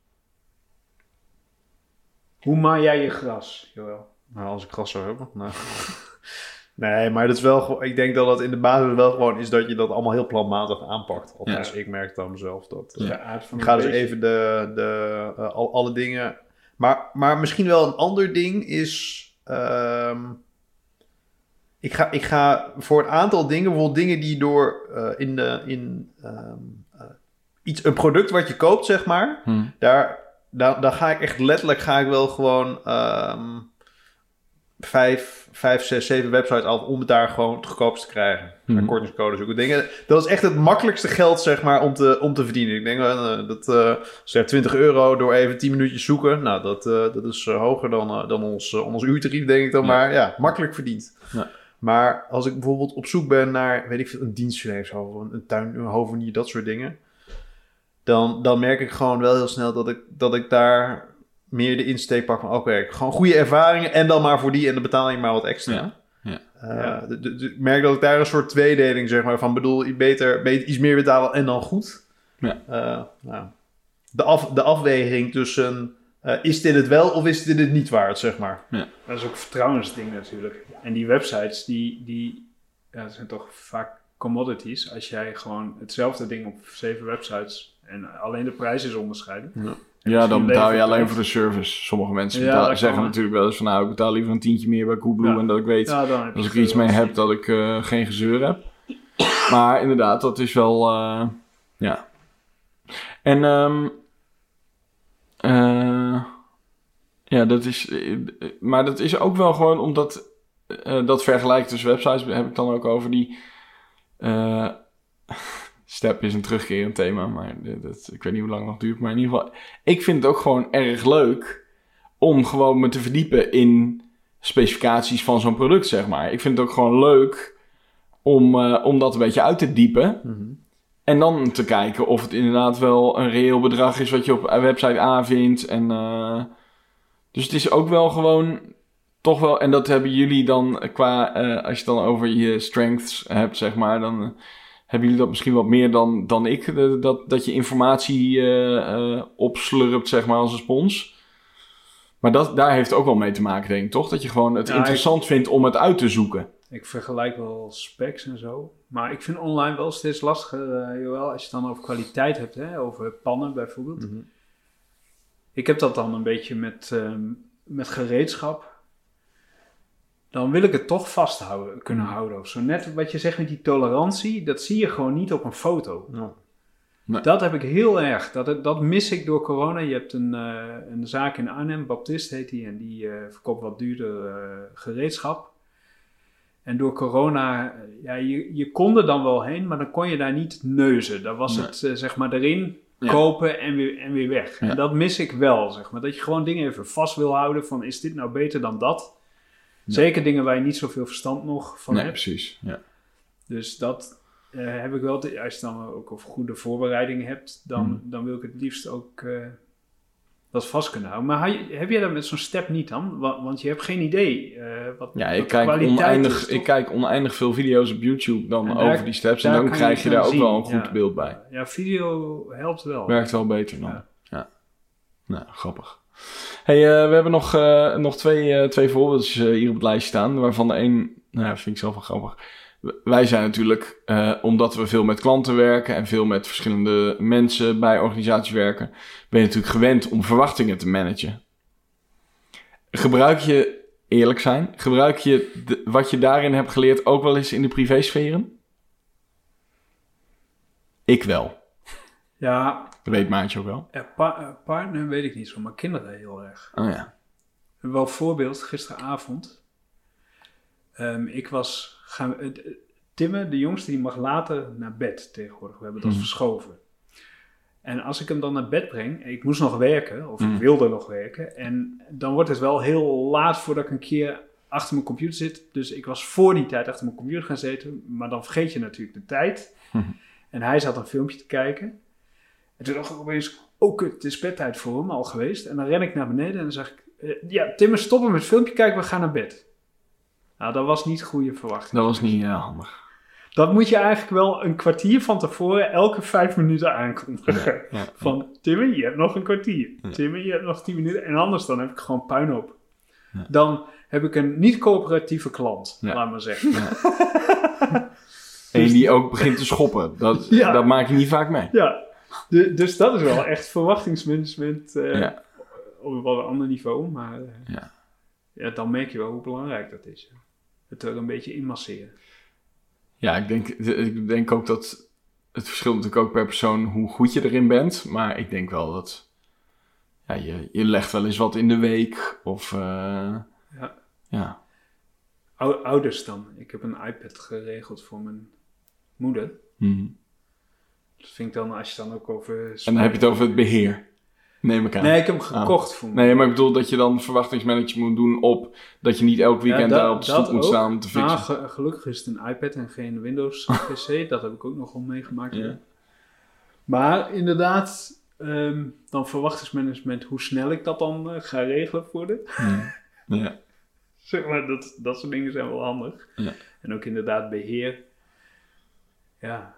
Speaker 3: Hoe maai jij je gras, Joël?
Speaker 2: Nou, als ik gras zou hebben. Nou. Nee, maar dat is wel gewoon, ik denk dat het in de basis wel gewoon is dat je dat allemaal heel planmatig aanpakt. Althans,
Speaker 1: Ja.
Speaker 2: ik merk het aan mezelf. Dat,
Speaker 3: Dat is
Speaker 2: uh,
Speaker 3: de aard van
Speaker 2: ik
Speaker 3: het
Speaker 2: ga dus
Speaker 3: beest.
Speaker 2: even de, de, uh, al, alle dingen... Maar, maar misschien wel een ander ding is... Um, ik, ga, ik ga voor een aantal dingen, bijvoorbeeld dingen die door uh, in, de, in um, uh, iets, een product wat je koopt, zeg maar,
Speaker 1: Hm.
Speaker 2: daar, daar, daar ga ik echt letterlijk, ga ik wel gewoon um, vijf, vijf, zes, zeven websites af om het daar gewoon het goedkoopst te krijgen.
Speaker 1: Hm.
Speaker 2: En kortingscode zoeken. Dingen, dat is echt het makkelijkste geld, zeg maar, om te, om te verdienen. Ik denk uh, dat uh, zeg twintig euro door even tien minuutjes zoeken. Nou, dat, uh, dat is uh, hoger dan, uh, dan ons, uh, ons uurtarief, denk ik dan.
Speaker 1: Ja.
Speaker 2: Maar ja, makkelijk verdiend.
Speaker 1: Ja.
Speaker 2: Maar als ik bijvoorbeeld op zoek ben naar, weet ik veel, een dienstverlener of een, een tuin, een hovenier, dat soort dingen. Dan, dan merk ik gewoon wel heel snel dat ik, dat ik daar meer de insteek pak van, oké, okay, gewoon goede ervaringen en dan maar voor die en dan betaal je maar wat extra.
Speaker 1: Ja. Ja.
Speaker 2: Uh,
Speaker 3: Ja.
Speaker 2: de, de, de, ik merk dat ik daar een soort tweedeling, zeg maar, van bedoel, beter, beter iets meer betalen en dan goed.
Speaker 1: Ja.
Speaker 2: Uh, nou, de, af, de afweging tussen, uh, is dit het wel of is dit het niet waard, zeg maar.
Speaker 1: Ja.
Speaker 3: Dat is ook een vertrouwensding natuurlijk. En die websites, die, die ja, dat zijn toch vaak commodities. Als jij gewoon hetzelfde ding op zeven websites en alleen de prijs is onderscheiden.
Speaker 2: Ja.
Speaker 1: Ja, dan betaal je
Speaker 3: levert
Speaker 1: alleen
Speaker 3: het.
Speaker 1: voor de service. Sommige mensen
Speaker 3: Ja,
Speaker 1: betalen,
Speaker 3: dat
Speaker 1: zeggen
Speaker 3: kan.
Speaker 1: natuurlijk wel eens van, nou, ik betaal liever een tientje meer bij Coolblue
Speaker 3: Ja.
Speaker 1: en dat ik weet,
Speaker 3: Ja, dan heb
Speaker 1: als
Speaker 3: je
Speaker 1: ik er iets
Speaker 3: veel
Speaker 1: mee heb,
Speaker 3: zien.
Speaker 1: dat ik uh, geen gezeur heb. Maar inderdaad, dat is wel, uh, ja. En, um, uh, ja, dat is, uh, maar dat is ook wel gewoon omdat, uh, dat vergelijk tussen websites heb ik dan ook over die, uh, Step is een terugkerend thema, maar dat, ik weet niet hoe lang het nog duurt. Maar in ieder geval, ik vind het ook gewoon erg leuk om gewoon me te verdiepen in specificaties van zo'n product, zeg maar. Ik vind het ook gewoon leuk om, uh, om dat een beetje uit te diepen.
Speaker 2: Mm-hmm.
Speaker 1: En dan te kijken of het inderdaad wel een reëel bedrag is wat je op website A vindt. En, uh, dus het is ook wel gewoon toch wel, en dat hebben jullie dan qua, uh, als je het dan over je strengths hebt, zeg maar, dan uh, hebben jullie dat misschien wat meer dan, dan ik, uh, dat, dat je informatie uh, uh, opslurpt, zeg maar, als een spons. Maar dat, daar heeft het ook wel mee te maken, denk ik, toch? Dat je gewoon het
Speaker 3: Ja,
Speaker 1: interessant
Speaker 3: ik,
Speaker 1: vindt om het uit te zoeken.
Speaker 3: Ik vergelijk wel specs en zo. Maar ik vind online wel steeds lastiger, uh, Joël, als je het dan over kwaliteit hebt, hè? Over pannen bijvoorbeeld.
Speaker 2: Mm-hmm.
Speaker 3: Ik heb dat dan een beetje met, um, met gereedschap. Dan wil ik het toch vasthouden, kunnen houden of zo. Net wat je zegt met die tolerantie, dat zie je gewoon niet op een foto.
Speaker 2: Ja.
Speaker 1: Nee.
Speaker 3: Dat heb ik heel erg. Dat, dat mis ik door corona. Je hebt een, uh, een zaak in Arnhem, Baptist heet die, en die uh, verkoopt wat duurder uh, gereedschap. En door corona, uh, ja, je, je kon er dan wel heen, maar dan kon je daar niet neuzen. Dan was
Speaker 1: Nee.
Speaker 3: het, uh, zeg maar, erin
Speaker 1: Ja.
Speaker 3: kopen en weer, en weer weg.
Speaker 1: Ja.
Speaker 3: En dat mis ik wel, zeg maar. Dat je gewoon dingen even vast wil houden van, is dit nou beter dan dat?
Speaker 1: Ja.
Speaker 3: Zeker dingen waar je niet zoveel verstand nog van
Speaker 1: Nee,
Speaker 3: hebt.
Speaker 1: precies. Ja.
Speaker 3: Dus dat uh, heb ik wel. Te, als je dan ook over goede voorbereiding hebt, dan,
Speaker 1: Hmm.
Speaker 3: dan wil ik het liefst ook uh, dat vast kunnen houden. Maar je, heb jij dat met zo'n step niet dan? Want, want je hebt geen idee. Uh, wat,
Speaker 1: Ja,
Speaker 3: wat
Speaker 1: ik kijk,
Speaker 3: kwaliteit
Speaker 1: oneindig,
Speaker 3: is,
Speaker 1: ik
Speaker 3: toch?
Speaker 1: kijk oneindig veel video's op YouTube dan
Speaker 3: En daar-
Speaker 1: over die steps. En
Speaker 3: daar
Speaker 1: dan
Speaker 3: kan
Speaker 1: krijg
Speaker 3: je
Speaker 1: je
Speaker 3: het
Speaker 1: daar ook
Speaker 3: dan
Speaker 1: wel een
Speaker 3: zien,
Speaker 1: goed
Speaker 3: ja.
Speaker 1: beeld bij.
Speaker 3: Ja, video helpt wel.
Speaker 1: Werkt wel beter dan. Ja.
Speaker 3: Ja.
Speaker 1: Nou, grappig. Hey, uh, we hebben nog, uh, nog twee, uh, twee voorbeeldjes uh, hier op het lijstje staan. Waarvan de een, nou ja, vind ik zelf wel grappig. Wij zijn natuurlijk, uh, omdat we veel met klanten werken en veel met verschillende mensen bij organisaties werken, ben je natuurlijk gewend om verwachtingen te managen. Gebruik je, eerlijk zijn, gebruik je de, wat je daarin hebt geleerd ook wel eens in de privésferen? Ik wel.
Speaker 3: Ja.
Speaker 1: Dat weet Maartje ook wel.
Speaker 3: Ja, pa- partner weet ik niet zo, maar kinderen heel erg.
Speaker 1: Oh ja.
Speaker 3: Wel een voorbeeld, gisteravond. Um, ik was... Gaan, uh, Timme, de jongste, die mag later naar bed tegenwoordig. We hebben dat mm. verschoven. En als ik hem dan naar bed breng... Ik moest nog werken, of mm. ik wilde nog werken. En dan wordt het wel heel laat voordat ik een keer achter mijn computer zit. Dus ik was voor die tijd achter mijn computer gaan zitten. Maar dan vergeet je natuurlijk de tijd. Mm. En hij zat een filmpje te kijken. En toen dacht ik opeens... Oh kut, het is bedtijd voor hem al geweest. En dan ren ik naar beneden en dan zeg ik... Uh, ja, Timme, stoppen met het filmpje kijken, we gaan naar bed. Nou, dat was niet goede verwachting.
Speaker 1: Dat was niet uh, handig.
Speaker 3: Dat moet je eigenlijk wel een kwartier van tevoren elke vijf minuten aankondigen.
Speaker 1: Ja, ja.
Speaker 3: Van, Timme, je hebt nog een kwartier.
Speaker 1: Ja.
Speaker 3: Timme, je hebt nog tien minuten. En anders dan heb ik gewoon puinhoop.
Speaker 1: Ja.
Speaker 3: Dan heb ik een niet-coöperatieve klant,
Speaker 1: ja.
Speaker 3: laat maar zeggen.
Speaker 1: Ja. En die ook begint te schoppen. Dat,
Speaker 3: ja.
Speaker 1: dat maak je niet vaak mee.
Speaker 3: Ja, de, dus dat is wel echt verwachtingsmanagement uh,
Speaker 1: ja.
Speaker 3: op een wat ander niveau. Maar uh,
Speaker 1: ja.
Speaker 3: Ja, dan merk je wel hoe belangrijk dat is. Het er een beetje inmasseren.
Speaker 1: Ja, ik denk, ik denk ook dat het verschilt natuurlijk ook per persoon hoe goed je erin bent. Maar ik denk wel dat ja, je, je legt wel eens wat in de week. Of uh,
Speaker 3: ja.
Speaker 1: ja.
Speaker 3: Ou- ouders dan. Ik heb een iPad geregeld voor mijn moeder.
Speaker 1: Mm-hmm.
Speaker 3: Dat vind ik dan, als je dan ook over...
Speaker 1: En dan heb je het over het beheer. Neem ik aan.
Speaker 3: Nee, ik heb hem gekocht
Speaker 1: ah.
Speaker 3: voor me.
Speaker 1: Nee, maar ik bedoel dat je dan verwachtingsmanagement moet doen op... dat je niet elk weekend
Speaker 3: ja, dat,
Speaker 1: daar op de stoep moet
Speaker 3: ook.
Speaker 1: staan om te fixen.
Speaker 3: Nou, ge- gelukkig is het een iPad en geen Windows P C. Dat heb ik ook nog wel meegemaakt.
Speaker 1: Ja.
Speaker 3: Maar inderdaad, um, dan verwachtingsmanagement, hoe snel ik dat dan uh, ga regelen voor de...
Speaker 1: Ja. Ja.
Speaker 3: Zeg maar, dat, dat soort dingen zijn wel handig.
Speaker 1: Ja.
Speaker 3: En ook inderdaad beheer. Ja.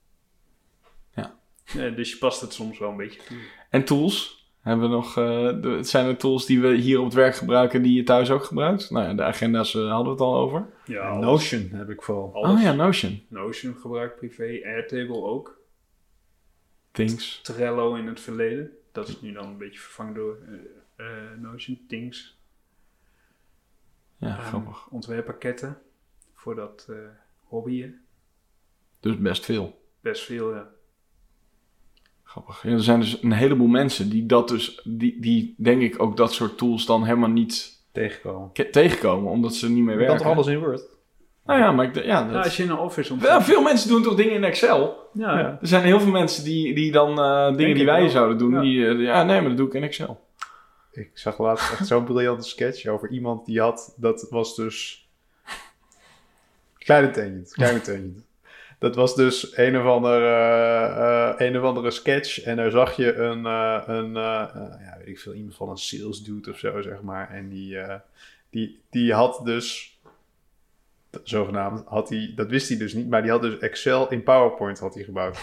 Speaker 1: Ja.
Speaker 3: Ja, dus je past het soms wel een beetje toe.
Speaker 1: En tools? Hebben we nog, uh, de, het zijn er tools die we hier op het werk gebruiken die je thuis ook gebruikt? Nou ja, de agenda's uh, hadden we het al over.
Speaker 3: Ja,
Speaker 2: alles. Notion heb ik vooral.
Speaker 3: Alles.
Speaker 1: Oh ja, Notion.
Speaker 3: Notion gebruik privé, Airtable ook.
Speaker 1: Things.
Speaker 3: Trello in het verleden. Dat is nu dan een beetje vervangen door uh, uh, Notion, Things.
Speaker 1: Ja,
Speaker 3: um,
Speaker 1: grappig.
Speaker 3: Ontwerppakketten voor dat uh, hobbyen.
Speaker 1: Dus best veel.
Speaker 3: Best veel, ja.
Speaker 1: Grappig. Ja, er zijn dus een heleboel mensen die dat dus, die, die denk ik ook dat soort tools dan helemaal niet
Speaker 2: tegenkomen.
Speaker 1: Ke- tegenkomen, omdat ze er niet mee
Speaker 2: Je
Speaker 1: werken.
Speaker 2: kan toch alles in Word?
Speaker 1: Nou ja, maar ik, ja, dat...
Speaker 3: ja, als je in een office
Speaker 1: omgaat. Ja, veel mensen doen toch dingen in Excel?
Speaker 3: Ja. ja.
Speaker 1: Er zijn heel veel mensen die, die dan uh, dingen denk die wij wel. zouden doen. Ja. Die, uh, ja, nee, maar dat doe ik in Excel.
Speaker 2: Ik zag laatst echt zo'n briljante sketch over iemand die had, dat was dus... Kleine tangent, kleine tangent. Dat was dus een of andere, uh, een of andere sketch. En daar zag je een, uh, een uh, uh, ja, weet ik veel, iemand van een sales dude of zo, zeg maar. En die, uh, die, die had dus, zogenaamd, had hij, dat wist hij dus niet, maar die had dus Excel in PowerPoint had hij gebouwd.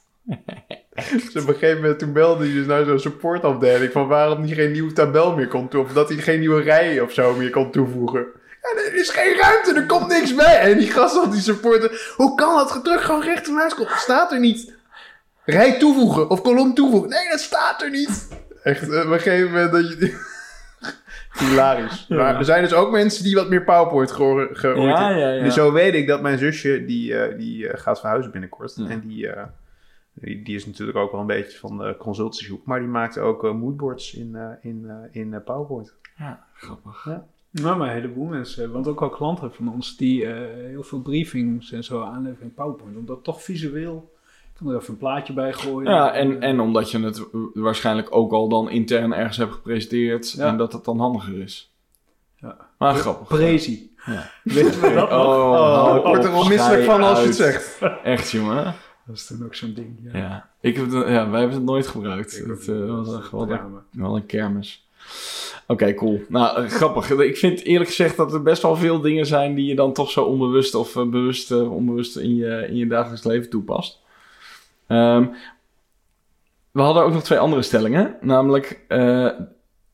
Speaker 2: Dus op een gegeven moment toen belde hij dus naar zo'n supportafdeling van waarom hij geen nieuwe tabel meer kon toevoegen. Of dat hij geen nieuwe rijen of zo meer kon toevoegen. En er is geen ruimte, er komt niks bij. En die gast had die supporter. Hoe kan dat? Druk gewoon rechtermuis. Staat er niet. Rij toevoegen of kolom toevoegen. Nee, dat staat er niet. Echt, op een gegeven moment dat je... Hilarisch. Ja. Maar er zijn dus ook mensen die wat meer PowerPoint gehoord ge-
Speaker 1: ja, ja, ja.
Speaker 2: Dus zo weet ik dat mijn zusje, die, uh, die uh, gaat verhuizen binnenkort.
Speaker 1: Ja.
Speaker 2: En die, uh, die, die is natuurlijk ook wel een beetje van de consultancyhoek. Maar die maakt ook uh, moodboards in, uh, in, uh, in uh, PowerPoint.
Speaker 1: Ja, grappig.
Speaker 3: Ja. Nou, maar een heleboel mensen, want ook al klanten van ons die uh, heel veel briefings en zo aanleveren in PowerPoint, omdat toch visueel, ik kan er even een plaatje bij gooien.
Speaker 1: Ja, en, en omdat je het waarschijnlijk ook al dan intern ergens hebt gepresenteerd ja. en dat het dan handiger is.
Speaker 3: Ja.
Speaker 1: Maar Pre- grappig.
Speaker 3: Prezi.
Speaker 1: Ja.
Speaker 3: Weten we dat nog?
Speaker 2: Oh, oh, ik word er wel misselijk van als je het zegt.
Speaker 1: Echt, jongen.
Speaker 3: Dat is dan ook zo'n ding. Ja.
Speaker 1: Ja. Ik heb het, ja, wij hebben het nooit gebruikt. Het uh, was echt wel, een, wel een kermis. Oké, okay, cool. Nou, uh, grappig. Ik vind eerlijk gezegd dat er best wel veel dingen zijn die je dan toch zo onbewust of uh, bewust, uh, onbewust in je, in je dagelijks leven toepast. Um, we hadden ook nog twee andere stellingen. Namelijk, uh,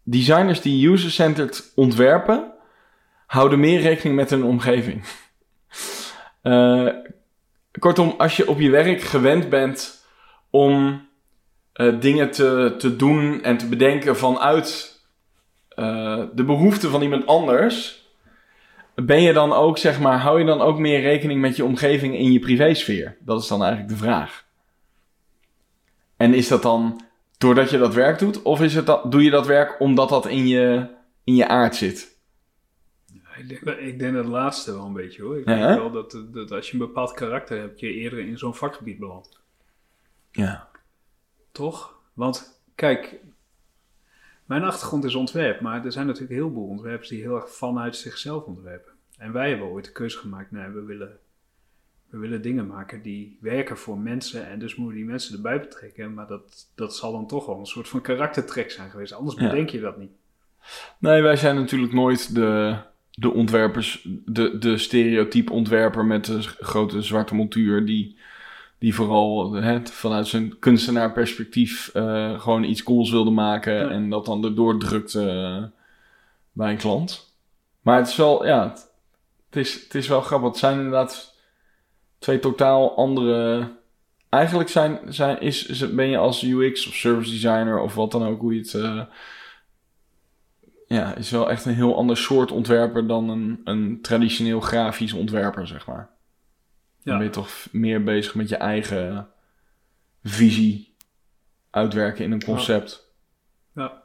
Speaker 1: designers die user-centered ontwerpen, houden meer rekening met hun omgeving. uh, kortom, als je op je werk gewend bent om uh, dingen te, te doen en te bedenken vanuit uh, de behoeften van iemand anders, ben je dan ook, zeg maar, hou je dan ook meer rekening met je omgeving in je privésfeer? Dat is dan eigenlijk de vraag. En is dat dan doordat je dat werk doet, of is het dat, doe je dat werk omdat dat in je, in je aard zit?
Speaker 3: Ik denk, ik denk dat laatste wel een beetje hoor. Ik
Speaker 1: Ja,
Speaker 3: denk
Speaker 1: hè?
Speaker 3: wel dat, dat als je een bepaald karakter hebt, je eerder in zo'n vakgebied belandt.
Speaker 1: Ja.
Speaker 3: Toch? Want kijk, mijn achtergrond is ontwerp, maar er zijn natuurlijk heel veel ontwerpers die heel erg vanuit zichzelf ontwerpen. En wij hebben ooit de keuze gemaakt, nee, we willen, we willen dingen maken die werken voor mensen en dus moeten die mensen erbij betrekken. Maar dat, dat zal dan toch wel een soort van karaktertrek zijn geweest, anders
Speaker 1: Ja.
Speaker 3: bedenk je dat niet.
Speaker 1: Nee, wij zijn natuurlijk nooit de, de ontwerpers, de, de stereotype ontwerper met de grote zwarte montuur die, die vooral hè, vanuit zijn kunstenaarperspectief uh, gewoon iets cools wilde maken
Speaker 3: Ja.
Speaker 1: en dat dan erdoor drukt uh, bij een klant. Maar het is wel, ja, het, het, is, het is wel grappig. Het zijn inderdaad twee totaal andere. Eigenlijk zijn, zijn, is, is, ben je als U X of service designer of wat dan ook, hoe je het. Uh, ja, is wel echt een heel ander soort ontwerper dan een, een traditioneel grafisch ontwerper, zeg maar. Dan
Speaker 3: Ja.
Speaker 1: ben je toch meer bezig met je eigen visie uitwerken in een concept.
Speaker 3: Ja.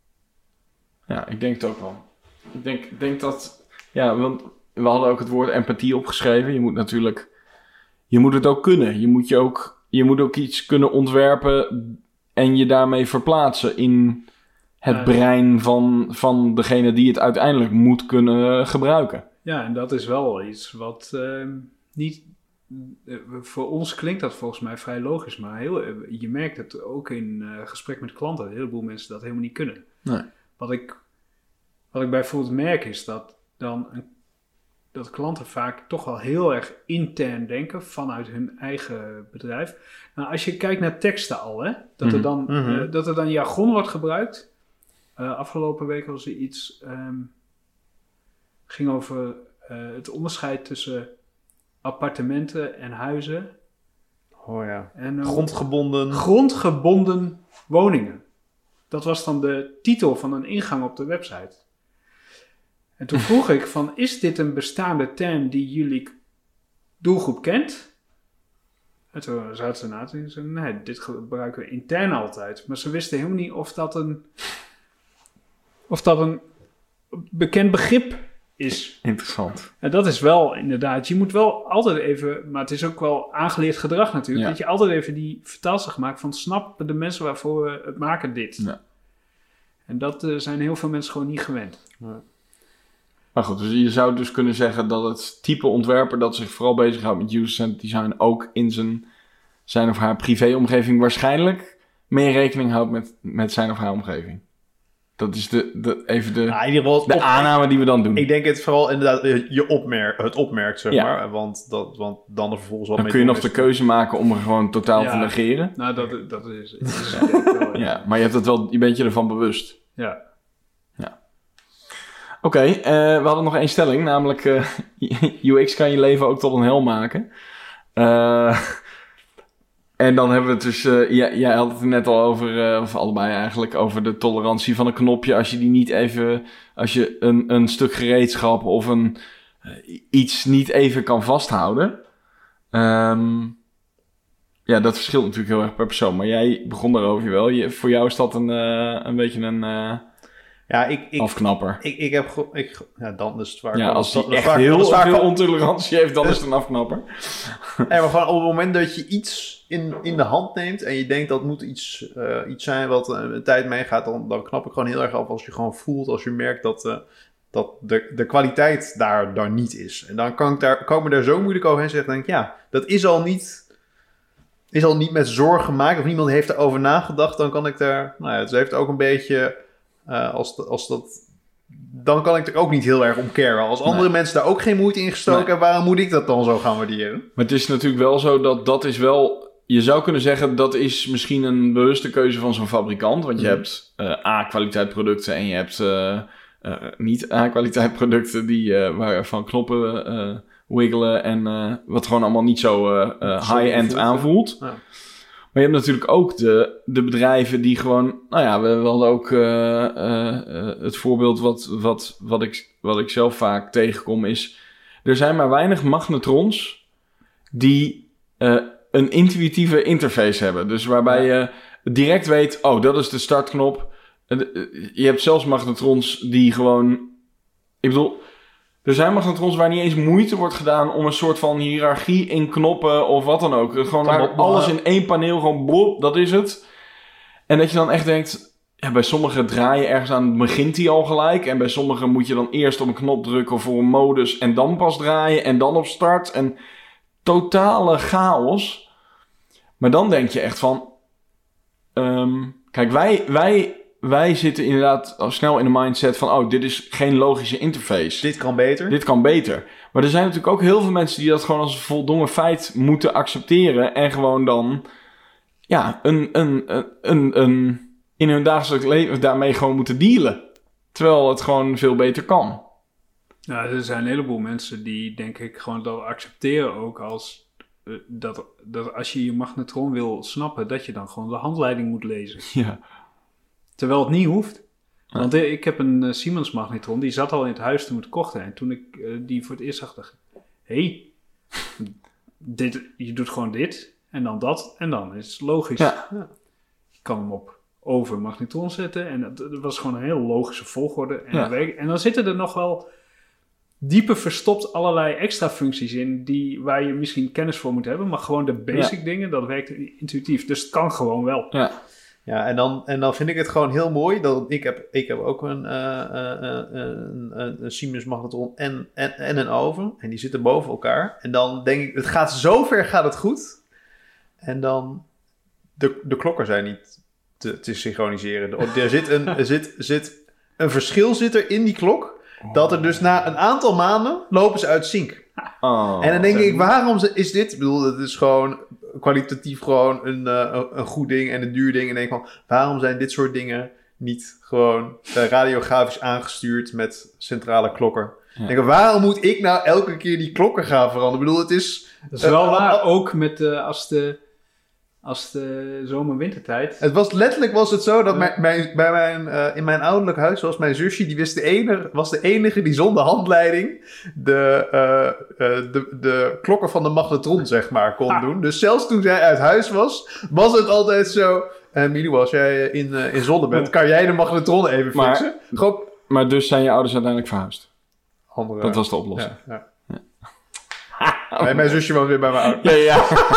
Speaker 1: Ja, ik denk het ook wel. Ik denk, ik denk dat... Ja, want we hadden ook het woord empathie opgeschreven. Je moet natuurlijk... Je moet het ook kunnen. Je moet, je ook, je moet ook iets kunnen ontwerpen en je daarmee verplaatsen in het
Speaker 3: Ja.
Speaker 1: brein van, van degene die het uiteindelijk moet kunnen gebruiken.
Speaker 3: Ja, en dat is wel iets wat uh, niet... Uh, voor ons klinkt dat volgens mij vrij logisch, maar heel, uh, je merkt het ook in uh, gesprek met klanten. Een heleboel mensen dat helemaal niet kunnen.
Speaker 1: Nee.
Speaker 3: Wat ik, wat ik bijvoorbeeld merk is dat dan een, dat klanten vaak toch wel heel erg intern denken vanuit hun eigen bedrijf. Nou, als je kijkt naar teksten al, hè, dat,
Speaker 1: Mhm.
Speaker 3: er dan,
Speaker 2: Mhm.
Speaker 3: uh, dat er dan jargon wordt gebruikt. Uh, afgelopen week was er iets, um, ging over uh, het onderscheid tussen appartementen en huizen.
Speaker 2: Oh ja.
Speaker 3: En, uh,
Speaker 2: Grondgebonden.
Speaker 3: grondgebonden woningen. Dat was dan de titel van een ingang op de website. En toen vroeg ik van, is dit een bestaande term die jullie doelgroep kent? En toen zaten ze na te denken, ze, nee, dit gebruiken we intern altijd. Maar ze wisten helemaal niet of dat een, of dat een bekend begrip is.
Speaker 1: Interessant.
Speaker 3: En dat is wel inderdaad, je moet wel altijd even, maar het is ook wel aangeleerd gedrag natuurlijk,
Speaker 1: Ja.
Speaker 3: dat je altijd even die vertaalslag maakt van snappen de mensen waarvoor we het maken dit.
Speaker 1: Ja.
Speaker 3: En dat uh, zijn heel veel mensen gewoon niet gewend.
Speaker 1: Maar goed, dus je zou dus kunnen zeggen dat het type ontwerper dat zich vooral bezighoudt met user-centered design ook in zijn, zijn of haar privéomgeving waarschijnlijk meer rekening houdt met, met zijn of haar omgeving. Dat is de, de, even de,
Speaker 2: Ja, in ieder geval het
Speaker 1: de
Speaker 2: op-
Speaker 1: aanname die we dan doen.
Speaker 2: Ik denk het vooral inderdaad eh, je opmer het opmerkt, zeg
Speaker 1: Ja.
Speaker 2: maar. Want, dat, want dan er vervolgens wat
Speaker 1: Dan
Speaker 2: mee
Speaker 1: kun je
Speaker 2: doen
Speaker 1: nog de
Speaker 2: is-
Speaker 1: keuze maken om er gewoon totaal
Speaker 3: Ja.
Speaker 1: te negeren.
Speaker 3: Nou, dat, dat is, dat is denk ik wel,
Speaker 1: Ja, maar je, hebt het wel, je bent je ervan bewust.
Speaker 3: ja.
Speaker 1: Oké, okay, uh, we hadden nog één stelling, namelijk uh, U X kan je leven ook tot een hel maken. Uh, en dan hebben we het dus, uh, jij, jij had het er net al over, uh, of allebei eigenlijk, over de tolerantie van een knopje. Als je die niet even, als je een, een stuk gereedschap of een, uh, iets niet even kan vasthouden. Um, ja, dat verschilt natuurlijk heel erg per persoon. Maar jij begon daarover wel. Je, voor jou is dat een, uh, een beetje een... Uh,
Speaker 2: Ja, ik, ik,
Speaker 1: afknapper.
Speaker 2: ik, ik heb gewoon... Ik, ja, dan is het waar.
Speaker 1: Ja, als
Speaker 2: dat,
Speaker 1: hij echt
Speaker 2: vaak,
Speaker 1: heel
Speaker 2: vaak,
Speaker 1: veel ontolerantie heeft, dan is het een afknapper.
Speaker 2: Nee, maar gewoon op het moment dat je iets in, in de hand neemt en je denkt dat moet iets, uh, iets zijn wat uh, een tijd meegaat, dan, dan knap ik gewoon heel erg af als je gewoon voelt, als je merkt dat, uh, dat de, de kwaliteit daar, daar niet is. En dan kan ik, daar, kan ik me daar zo moeilijk overheen zeggen, denk ik, ja, dat is al niet... is al niet met zorg gemaakt of niemand heeft erover nagedacht, dan kan ik daar... Nou ja, het heeft ook een beetje... Uh, als, als dat... Dan kan ik er ook niet heel erg om caren. Als andere
Speaker 1: Nee.
Speaker 2: mensen daar ook geen moeite in gestoken
Speaker 1: Nee.
Speaker 2: hebben, waarom moet ik dat dan zo gaan waarderen?
Speaker 1: Maar het is natuurlijk wel zo dat dat is wel je zou kunnen zeggen dat is misschien een bewuste keuze van zo'n fabrikant. Want je
Speaker 2: Mm.
Speaker 1: hebt uh, A-kwaliteit producten en je hebt uh, uh, niet A-kwaliteit producten die, uh, waarvan knoppen uh, wiggelen en uh, wat gewoon allemaal niet zo uh, uh, high-end aanvoelt.
Speaker 2: Ja.
Speaker 1: Maar je hebt natuurlijk ook de, de bedrijven die gewoon... Nou ja, we, we hadden ook uh, uh, uh, het voorbeeld wat, wat, wat, ik, wat ik zelf vaak tegenkom is... Er zijn maar weinig magnetrons die uh, een intuïtieve interface hebben. Dus waarbij je direct weet, oh, dat is de startknop. Uh, je hebt zelfs magnetrons die gewoon... Ik bedoel... Er zijn magnetrons waar niet eens moeite wordt gedaan om een soort van hiërarchie in knoppen of wat dan ook. Gewoon waar alles in één paneel, gewoon blop, dat is het. En dat je dan echt denkt, ja, bij sommige draaien ergens aan, begint die al gelijk. En bij sommige moet je dan eerst op een knop drukken voor een modus en dan pas draaien en dan op start. En totale chaos. Maar dan denk je echt van, um, kijk, wij... wij Wij zitten inderdaad al snel in de mindset van... oh, dit is geen logische interface.
Speaker 2: Dit kan beter.
Speaker 1: Dit kan beter. Maar er zijn natuurlijk ook heel veel mensen... die dat gewoon als een voldongen feit moeten accepteren... en gewoon dan... ja, een, een, een, een, een, in hun dagelijks leven daarmee gewoon moeten dealen. Terwijl het gewoon veel beter kan.
Speaker 3: Nou, er zijn een heleboel mensen die, denk ik, gewoon dat accepteren ook als... Uh, dat, dat als je je magnetron wil snappen... dat je dan gewoon de handleiding moet lezen.
Speaker 1: Ja.
Speaker 3: Terwijl het niet hoeft. Want uh, ik heb een uh, Siemens magnetron, die zat al in het huis toen we het kochten. En toen ik uh, die voor het eerst zag, dacht ik... Hé, hey, dit, je doet gewoon dit en dan dat en dan. Het is logisch.
Speaker 1: Ja.
Speaker 3: Ja. Je kan hem op over magnetron zetten. En dat, dat was gewoon een heel logische volgorde. En,
Speaker 1: Ja.
Speaker 3: werk, en dan zitten er nog wel dieper verstopt allerlei extra functies in... Die, waar je misschien kennis voor moet hebben. Maar gewoon de basic
Speaker 1: Ja.
Speaker 3: dingen, dat werkt intuïtief. Dus het kan gewoon wel.
Speaker 1: Ja.
Speaker 2: Ja, en dan, en dan vind ik het gewoon heel mooi. Dat ik, heb, ik heb ook een, uh, uh, uh, een, een, een Siemens magnetron en, en, en een oven. En die zitten boven elkaar. En dan denk ik, het gaat zo ver, gaat het goed. En dan, de, de klokken zijn niet te, te synchroniseren. De, er zit een, er zit, zit een verschil zit er in die klok. Dat er dus na een aantal maanden lopen ze uit sync.
Speaker 1: Oh,
Speaker 2: En dan denk ik, waarom is dit? Ik bedoel, het is gewoon kwalitatief gewoon een, uh, een goed ding en een duur ding. En denk van, waarom zijn dit soort dingen niet gewoon uh, radiografisch aangestuurd met centrale klokken?
Speaker 1: Ja.
Speaker 2: Denk ik, waarom moet ik nou elke keer die klokken gaan veranderen? Ik bedoel, het is...
Speaker 3: Dat is wel
Speaker 2: uh,
Speaker 3: waar,
Speaker 2: uh,
Speaker 3: ook met uh, als de, als de zomer-wintertijd.
Speaker 2: Het was letterlijk was het zo dat
Speaker 3: Ja.
Speaker 2: mijn, mijn, bij mijn, uh, in mijn ouderlijk huis was mijn zusje, die wist de enige, was de enige die zonder handleiding de, uh, uh, de, de klokken van de magnetron, zeg maar, kon
Speaker 3: Ah.
Speaker 2: doen. Dus zelfs toen zij uit huis was, was het altijd zo... Uh, Milou, als jij in, uh, in Zwolle bent, kan jij de magnetron even
Speaker 1: Maar-
Speaker 2: fixen? Gewoon
Speaker 1: Maar dus zijn je ouders uiteindelijk verhuisd.
Speaker 2: andere...
Speaker 1: Dat was de oplossing.
Speaker 2: Ja, ja. Nee, mijn zusje woont weer bij mijn ouders.
Speaker 1: Ja, ja.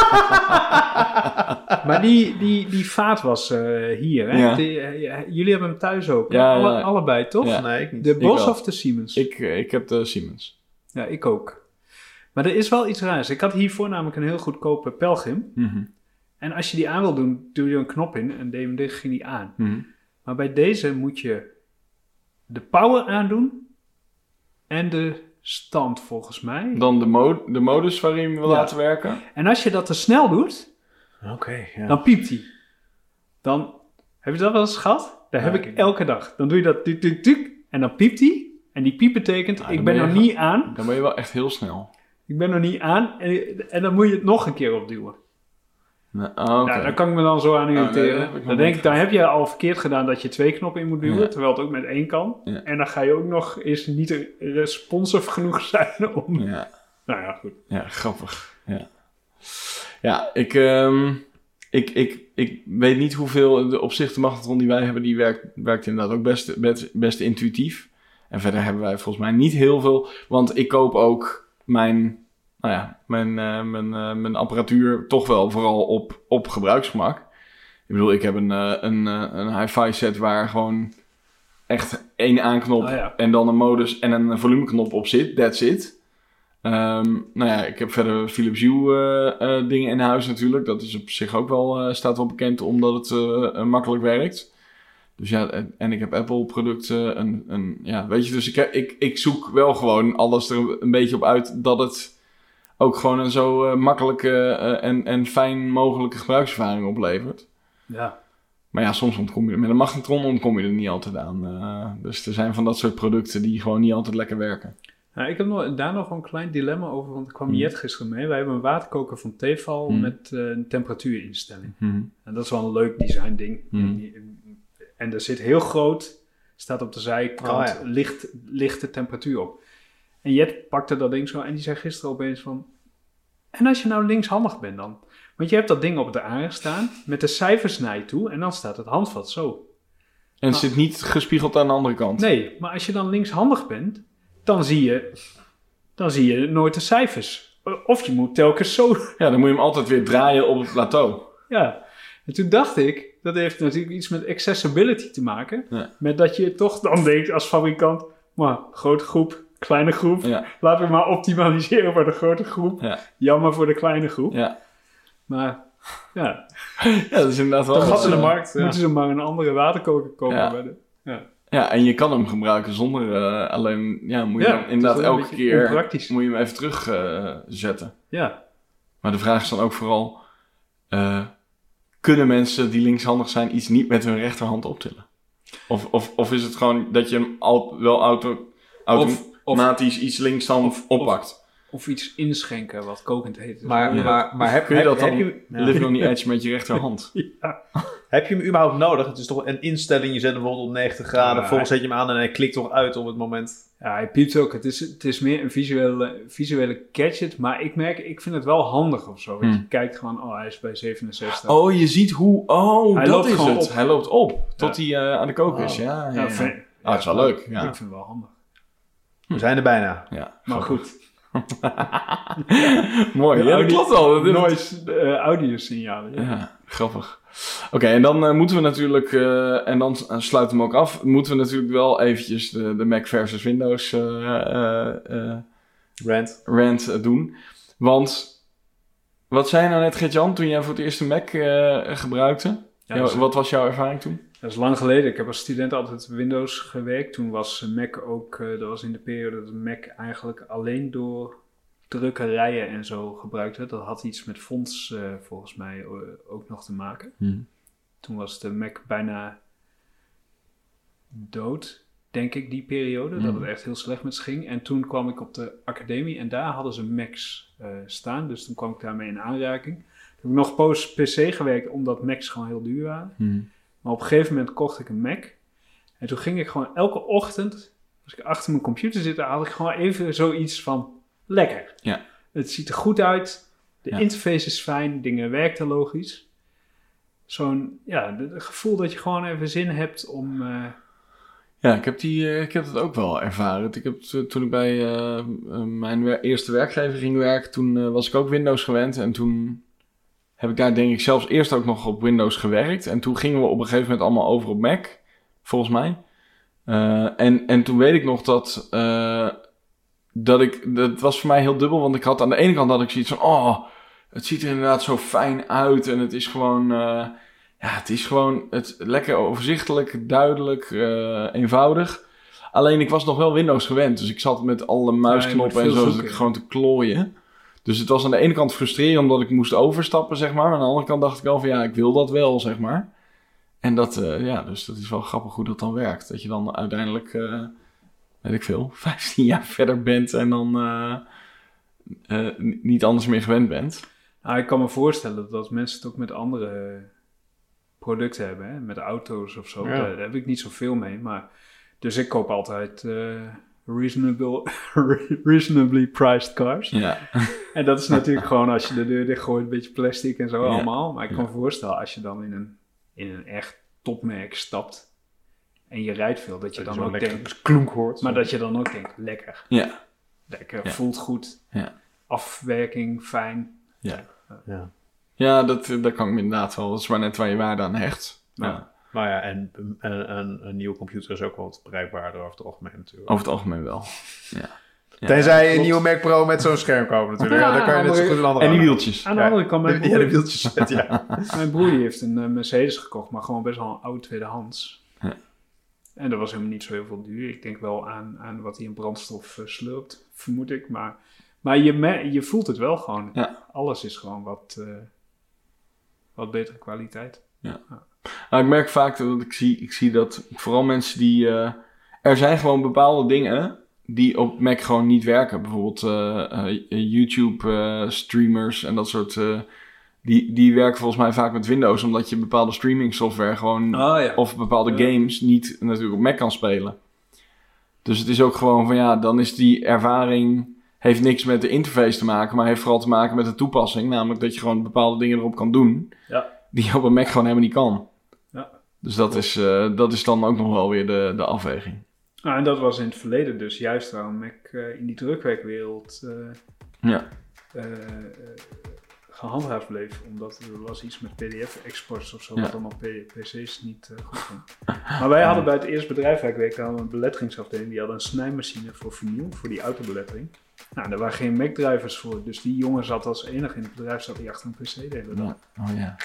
Speaker 3: Maar die, die, die vaat was uh, hier, hè?
Speaker 1: Ja.
Speaker 3: Die, uh, ja, jullie hebben hem thuis ook, hè?
Speaker 1: Ja,
Speaker 3: Alle,
Speaker 1: ja.
Speaker 3: allebei, toch?
Speaker 1: Ja.
Speaker 2: Nee, ik niet.
Speaker 3: De Bos
Speaker 1: wel.
Speaker 3: of de Siemens?
Speaker 1: ik, ik heb de Siemens.
Speaker 3: Ja, ik ook. Maar er is wel iets raars. Ik had hiervoor namelijk een heel goedkope Pelgrim.
Speaker 1: Mhm.
Speaker 3: En als je die aan wil doen, doe je een knop in en D M D ging die aan.
Speaker 1: Mhm.
Speaker 3: Maar bij deze moet je de power aandoen en de stand volgens mij.
Speaker 1: Dan de, mo- de modus waarin je hem wil
Speaker 3: Ja.
Speaker 1: laten werken.
Speaker 3: En als je dat te snel doet,
Speaker 2: Oké, ja.
Speaker 3: dan piept hij. Dan, heb je dat wel eens gehad? Dat heb
Speaker 2: Ja,
Speaker 3: ik
Speaker 2: ik-
Speaker 3: elke dag. Dan doe je dat tuk tuk tuk en dan piept hij. En die piep betekent,
Speaker 1: Ah,
Speaker 3: ik
Speaker 1: dan
Speaker 3: ben
Speaker 1: ben je
Speaker 3: nog
Speaker 1: ge-
Speaker 3: niet aan.
Speaker 1: Dan ben je wel echt heel snel.
Speaker 3: Ik ben nog niet aan. En, en dan moet je het nog een keer opduwen.
Speaker 1: Nee, oh, oké.
Speaker 3: Ja, daar kan ik me dan zo aan
Speaker 1: nee,
Speaker 3: irriteren.
Speaker 1: dat heb ik nog
Speaker 3: dan denk
Speaker 1: niet
Speaker 3: ik, dan heb je al verkeerd gedaan dat je twee knoppen in moet duwen.
Speaker 1: Ja.
Speaker 3: Terwijl het ook met één kan.
Speaker 1: Ja.
Speaker 3: En dan ga je ook nog eens niet responsive genoeg zijn om...
Speaker 1: Ja.
Speaker 3: Nou ja, goed.
Speaker 1: Ja, grappig. Ja, ja ik, ehm, ik, ik, ik weet niet hoeveel... De opzichte magnetron die wij hebben, die werkt, werkt inderdaad ook best, best, best intuïtief. En verder hebben wij volgens mij niet heel veel... Want ik koop ook mijn, nou ja, mijn, uh, mijn, uh, mijn apparatuur toch wel vooral op, op gebruiksgemak. Ik bedoel, ik heb een, uh, een, uh, een hi-fi set waar gewoon echt één aanknop...
Speaker 3: Oh ja.
Speaker 1: en dan een modus en een volumeknop op zit. That's it. Um, nou ja, ik heb verder Philips Hue uh, uh, dingen in huis natuurlijk. Dat is op zich ook wel, uh, staat wel bekend omdat het uh, uh, makkelijk werkt. Dus ja, en, en ik heb Apple producten. En, en, ja, weet je, dus ik, ik, ik zoek wel gewoon alles er een beetje op uit dat het ook gewoon een zo uh, makkelijke uh, en, en fijn mogelijke gebruikservaring oplevert.
Speaker 3: Ja.
Speaker 1: Maar ja, soms ontkom je met een magnetron ontkom je er niet altijd aan. Uh, dus er zijn van dat soort producten die gewoon niet altijd lekker werken.
Speaker 3: Nou, ik heb nog, daar nog een klein dilemma over, want er kwam
Speaker 1: Hmm.
Speaker 3: Jet gisteren mee. Wij hebben een waterkoker van Tefal
Speaker 1: Hmm.
Speaker 3: met uh, een temperatuurinstelling.
Speaker 1: Hmm.
Speaker 3: En dat is wel een leuk design ding.
Speaker 1: Hmm.
Speaker 3: En er zit heel groot, staat op de zijkant,
Speaker 2: Oh, ja.
Speaker 3: licht, lichte temperatuur op. En Jet pakte dat ding zo en die zei gisteren opeens van... En als je nou linkshandig bent dan? Want je hebt dat ding op de aarde staan met de cijfers naar je toe en dan staat het handvat zo.
Speaker 1: En het zit niet gespiegeld aan de andere kant.
Speaker 3: Nee, maar als je dan linkshandig bent, dan zie je, dan zie je nooit de cijfers. Of je moet telkens zo...
Speaker 1: Ja, dan moet je hem altijd weer draaien op het plateau.
Speaker 3: Ja, en toen dacht ik, dat heeft natuurlijk iets met accessibility te maken.
Speaker 1: Ja.
Speaker 3: Met dat je toch dan denkt als fabrikant, maar grote groep, kleine groep.
Speaker 1: Ja,
Speaker 3: Laten we maar optimaliseren voor de grote groep.
Speaker 1: ja,
Speaker 3: Jammer voor de kleine groep.
Speaker 1: ja.
Speaker 3: Maar ja,
Speaker 1: Ja, dat is inderdaad wel...
Speaker 3: dan
Speaker 2: gat in de
Speaker 1: uh,
Speaker 2: markt. Ja.
Speaker 3: moeten ze maar een andere waterkoker kopen.
Speaker 1: Ja.
Speaker 3: Bij de, ja.
Speaker 1: Ja, en je kan hem gebruiken zonder... uh, alleen, ja, moet je
Speaker 3: Ja,
Speaker 1: dan
Speaker 3: het is
Speaker 1: inderdaad
Speaker 3: wel een
Speaker 1: elke
Speaker 3: beetje
Speaker 1: keer...
Speaker 3: onpraktisch.
Speaker 1: Moet je hem even terug uh, zetten.
Speaker 3: Ja.
Speaker 1: Maar de vraag is dan ook vooral... Uh, kunnen mensen die linkshandig zijn iets niet met hun rechterhand optillen? Of, of, of is het gewoon dat je hem al, wel auto, automatisch iets linkshandig
Speaker 3: of-
Speaker 1: oppakt?
Speaker 3: Of iets inschenken wat kokend heet.
Speaker 2: Maar,
Speaker 1: Ja.
Speaker 2: maar, maar heb,
Speaker 1: Kun je
Speaker 2: heb,
Speaker 1: dat dan
Speaker 2: heb je, ja.
Speaker 1: living on the edge met je rechterhand?
Speaker 3: Ja.
Speaker 2: heb je hem überhaupt nodig? Het is toch een instelling, je zet hem bijvoorbeeld op negentig graden,
Speaker 3: Ja,
Speaker 2: vervolgens
Speaker 3: hij-
Speaker 2: zet je hem aan en hij klikt toch uit op het moment.
Speaker 3: Ja, hij piept ook. Het is, het is meer een visuele, visuele gadget. Maar ik merk, ik vind het wel handig of zo.
Speaker 1: Hmm.
Speaker 3: Je kijkt gewoon, oh, hij is bij zevenenzestig.
Speaker 1: Oh, je ziet hoe... Oh,
Speaker 3: Hij
Speaker 1: dat
Speaker 3: loopt
Speaker 1: is
Speaker 3: gewoon
Speaker 1: het.
Speaker 3: op.
Speaker 1: Hij loopt op tot
Speaker 3: Ja.
Speaker 1: hij uh, aan de kook is.
Speaker 3: Oh.
Speaker 1: Ja, ja,
Speaker 3: Ja,
Speaker 1: ja.
Speaker 3: vind-
Speaker 1: Ah, dat is wel leuk. Ja,
Speaker 3: Ik vind het wel handig.
Speaker 2: We zijn er bijna.
Speaker 1: ja.
Speaker 3: Maar
Speaker 1: grappig.
Speaker 3: goed.
Speaker 1: Mooi.
Speaker 3: De
Speaker 1: Ja, dat
Speaker 3: audio-
Speaker 1: klopt al. Dat is-
Speaker 3: Noise uh, audiosignalen. Ja.
Speaker 1: Ja, grappig. Oké, en dan uh, moeten we natuurlijk, uh, en dan uh, sluiten we hem ook af, moeten we natuurlijk wel eventjes de, de Mac versus Windows uh, uh, uh,
Speaker 2: Rand.
Speaker 1: rant uh, doen. Want, wat zei je nou net, Gert-Jan, toen jij voor het eerst de Mac uh, gebruikte?
Speaker 3: Ja,
Speaker 1: Ja,
Speaker 3: dat, is,
Speaker 1: wat was jouw ervaring toen?
Speaker 3: dat is lang geleden. Ik heb als student altijd Windows gewerkt. Toen was Mac ook, uh, dat was in de periode dat Mac eigenlijk alleen door drukkerijen en zo gebruikt werd. Dat had iets met fonts uh, volgens mij uh, ook nog te maken.
Speaker 1: Hmm.
Speaker 3: Toen was de Mac bijna dood, denk ik, die periode. Dat
Speaker 1: Mm.
Speaker 3: het echt heel slecht met ze ging. En toen kwam ik op de academie en daar hadden ze Macs uh, staan. Dus toen kwam ik daarmee in aanraking. Toen heb ik nog post P C gewerkt, omdat Macs gewoon heel duur waren.
Speaker 1: Hmm.
Speaker 3: Maar op een gegeven moment kocht ik een Mac. En toen ging ik gewoon elke ochtend, als ik achter mijn computer zit, had ik gewoon even zoiets van, lekker.
Speaker 1: Ja.
Speaker 3: Het ziet er goed uit. De
Speaker 1: Ja.
Speaker 3: interface is fijn. Dingen werken logisch. Zo'n, ja, het gevoel dat je gewoon even zin hebt om... Uh,
Speaker 1: Ja, ik heb, die, uh, ik heb dat ook wel ervaren. Ik heb, t- toen ik bij uh, uh, mijn wer- eerste werkgever ging werken, toen uh, was ik ook Windows gewend. En toen heb ik daar denk ik zelfs eerst ook nog op Windows gewerkt. En toen gingen we op een gegeven moment allemaal over op Mac, volgens mij. Uh, en, en toen weet ik nog dat, uh, dat ik, dat was voor mij heel dubbel. Want ik had aan de ene kant had ik zoiets van, oh, het ziet er inderdaad zo fijn uit. En het is gewoon... Uh, Ja, het is gewoon het, lekker overzichtelijk, duidelijk, uh, eenvoudig. Alleen ik was nog wel Windows gewend. Dus ik zat met alle muisknoppen
Speaker 3: Ja,
Speaker 1: en zo
Speaker 3: zoeken,
Speaker 1: zat ik
Speaker 3: ja.
Speaker 1: gewoon te klooien. Dus het was aan de ene kant frustrerend omdat ik moest overstappen, zeg maar. Maar aan de andere kant dacht ik wel van ja, ik wil dat wel, zeg maar. En dat, uh, ja, dus dat is wel grappig hoe dat dan werkt. Dat je dan uiteindelijk, uh, weet ik veel, vijftien jaar verder bent en dan uh, uh, niet anders meer gewend bent.
Speaker 3: nou, ik kan me voorstellen dat mensen het ook met andere producten hebben. Hè? Met auto's of zo.
Speaker 2: Ja.
Speaker 3: Daar, daar heb ik niet zoveel mee. Maar, dus ik koop altijd uh, reasonable, reasonably priced cars.
Speaker 1: Ja,
Speaker 3: En dat is natuurlijk gewoon als je de deur dichtgooit, een beetje plastic en zo
Speaker 1: Ja.
Speaker 3: allemaal. Maar ik kan
Speaker 1: Ja.
Speaker 3: me voorstellen als je dan in een, in een echt topmerk stapt en je rijdt veel, dat je
Speaker 2: Dat je
Speaker 3: dan
Speaker 2: zo
Speaker 3: ook
Speaker 2: lekker
Speaker 3: denkt,
Speaker 2: klonk hoort.
Speaker 3: maar dat je dan ook denkt, lekker,
Speaker 1: ja,
Speaker 3: lekker,
Speaker 1: Ja.
Speaker 3: voelt goed,
Speaker 1: Ja.
Speaker 3: afwerking, fijn.
Speaker 1: ja.
Speaker 2: Ja.
Speaker 1: Ja, dat, dat kan ik me inderdaad wel. Dat is maar net waar je waarde aan hecht.
Speaker 3: Ja.
Speaker 1: Ja.
Speaker 2: Nou ja, en een, een, een nieuwe computer is ook wel wat bereikbaarder over het algemeen natuurlijk.
Speaker 1: Over het algemeen wel. Ja. Ja.
Speaker 2: Tenzij je een
Speaker 3: klopt.
Speaker 2: nieuwe Mac Pro met zo'n scherm koopt natuurlijk. Ja,
Speaker 3: Ja,
Speaker 2: dan kan je net zo
Speaker 3: andere-
Speaker 2: goed een andere
Speaker 1: En die
Speaker 2: halen.
Speaker 1: wieltjes.
Speaker 3: Aan de
Speaker 2: Ja.
Speaker 3: andere kant, mijn
Speaker 2: Ja, de
Speaker 3: broer,
Speaker 2: wieltjes zet, ja.
Speaker 3: mijn broer die heeft een uh, Mercedes gekocht, maar gewoon best wel een oude tweedehands.
Speaker 1: Ja.
Speaker 3: En dat was helemaal niet zo heel veel duur. Ik denk wel aan, aan wat hij in brandstof uh, slurpt, vermoed ik. Maar, Maar je, me- je voelt het wel gewoon.
Speaker 1: Ja.
Speaker 3: Alles is gewoon wat, uh, wat betere kwaliteit.
Speaker 1: Ja. Ja. Nou, ik merk vaak dat ik zie, ik zie dat vooral mensen die... Uh, er zijn gewoon bepaalde dingen die op Mac gewoon niet werken. Bijvoorbeeld uh, uh, YouTube uh, streamers en dat soort... Uh, die, die werken volgens mij vaak met Windows, omdat je bepaalde streaming software gewoon...
Speaker 3: Oh, ja.
Speaker 1: Of bepaalde
Speaker 3: ja.
Speaker 1: games niet natuurlijk op Mac kan spelen. Dus het is ook gewoon van ja, dan is die ervaring... heeft niks met de interface te maken, maar heeft vooral te maken met de toepassing. Namelijk dat je gewoon bepaalde dingen erop kan doen,
Speaker 3: ja.
Speaker 1: die je op een Mac gewoon helemaal niet kan.
Speaker 3: Ja.
Speaker 1: Dus dat is, uh, dat is dan ook nog wel weer de, de afweging.
Speaker 3: Nou, en dat was in het verleden dus juist waarom Mac uh, in die drukwerkwereld uh, ja. uh, uh, gehandhaafd bleef. Omdat er was iets met P D F-exports of zo, ja. wat allemaal P- PC's niet uh, goed ging. Maar wij hadden bij het eerste bedrijf waar ik werkte, hadden we een beletteringsafdeling. Die hadden een snijmachine voor vinyl, voor die autobelettering. Nou, daar waren geen Mac-drivers voor. Dus die jongen zat als enige in het bedrijf, zat hij achter een P C de hele dag.
Speaker 1: Oh ja.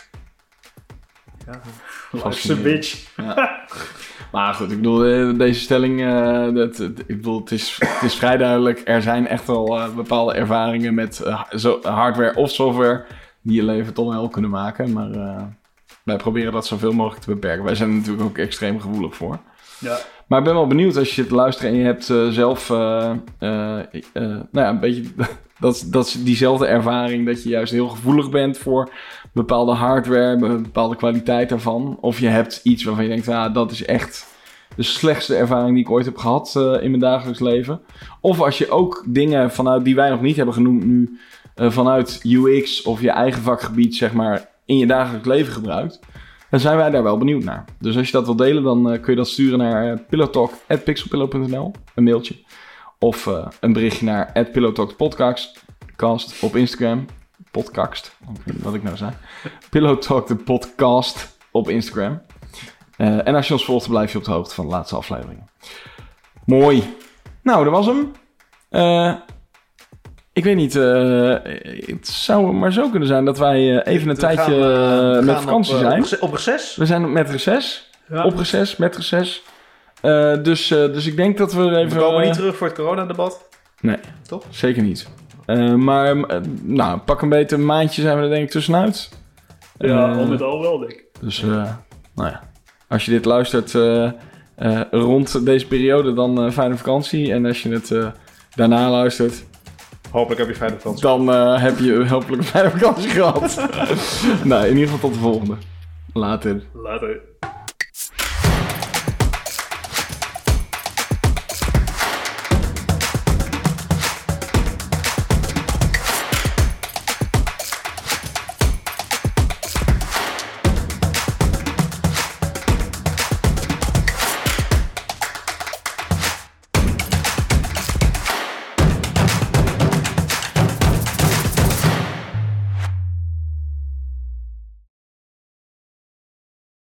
Speaker 3: Ja, life's a bitch.
Speaker 1: Ja. Maar goed, ik bedoel, deze stelling, uh, dat, ik bedoel, het is, het is vrij duidelijk. Er zijn echt wel uh, bepaalde ervaringen met uh, zo, hardware of software die je leven toch wel kunnen maken. Maar uh, wij proberen dat zoveel mogelijk te beperken. Wij zijn er natuurlijk ook extreem gevoelig voor.
Speaker 3: Ja.
Speaker 1: Maar ik ben wel benieuwd als je het luistert en je hebt uh, zelf uh, uh, uh, nou ja, een beetje dat, dat diezelfde ervaring, dat je juist heel gevoelig bent voor bepaalde hardware, bepaalde kwaliteit daarvan. Of je hebt iets waarvan je denkt, ah, dat is echt de slechtste ervaring die ik ooit heb gehad uh, in mijn dagelijks leven. Of als je ook dingen vanuit die wij nog niet hebben genoemd nu, uh, vanuit U X of je eigen vakgebied, zeg maar, in je dagelijks leven gebruikt. Dan zijn wij daar wel benieuwd naar. Dus als je dat wilt delen, dan uh, kun je dat sturen naar uh, pillowtalk at pixelpillow punt n l, een mailtje. Of uh, een berichtje naar at pillowtalkpodcast op Instagram. Podcast, wat ik nou zei. Pillowtalk de podcast op Instagram. Uh, en als je ons volgt, dan blijf je op de hoogte van de laatste afleveringen. Mooi. Nou, dat was hem. Uh, ik weet niet, uh, het zou maar zo kunnen zijn dat wij uh, even een we tijdje gaan, uh, met vakantie
Speaker 2: op,
Speaker 1: zijn.
Speaker 2: Uh, op reces?
Speaker 1: We zijn met reces. Ja. Op reces, met reces. Uh, dus, uh, dus ik denk dat we er even...
Speaker 2: We komen niet terug voor het coronadebat?
Speaker 1: Nee, toch? Zeker niet. Uh, maar uh, nou, pak een beetje een maandje zijn we er denk ik tussenuit.
Speaker 3: Ja, uh, al met al wel denk ik.
Speaker 1: Dus, uh, nou ja. Als je dit luistert uh, uh, rond deze periode, dan uh, fijne vakantie. En als je het uh, daarna luistert...
Speaker 2: Hopelijk heb je fijne vakantie.
Speaker 1: Dan uh, heb je hopelijk een fijne vakantie gehad. Nou, in ieder geval tot de volgende. Later.
Speaker 3: Later.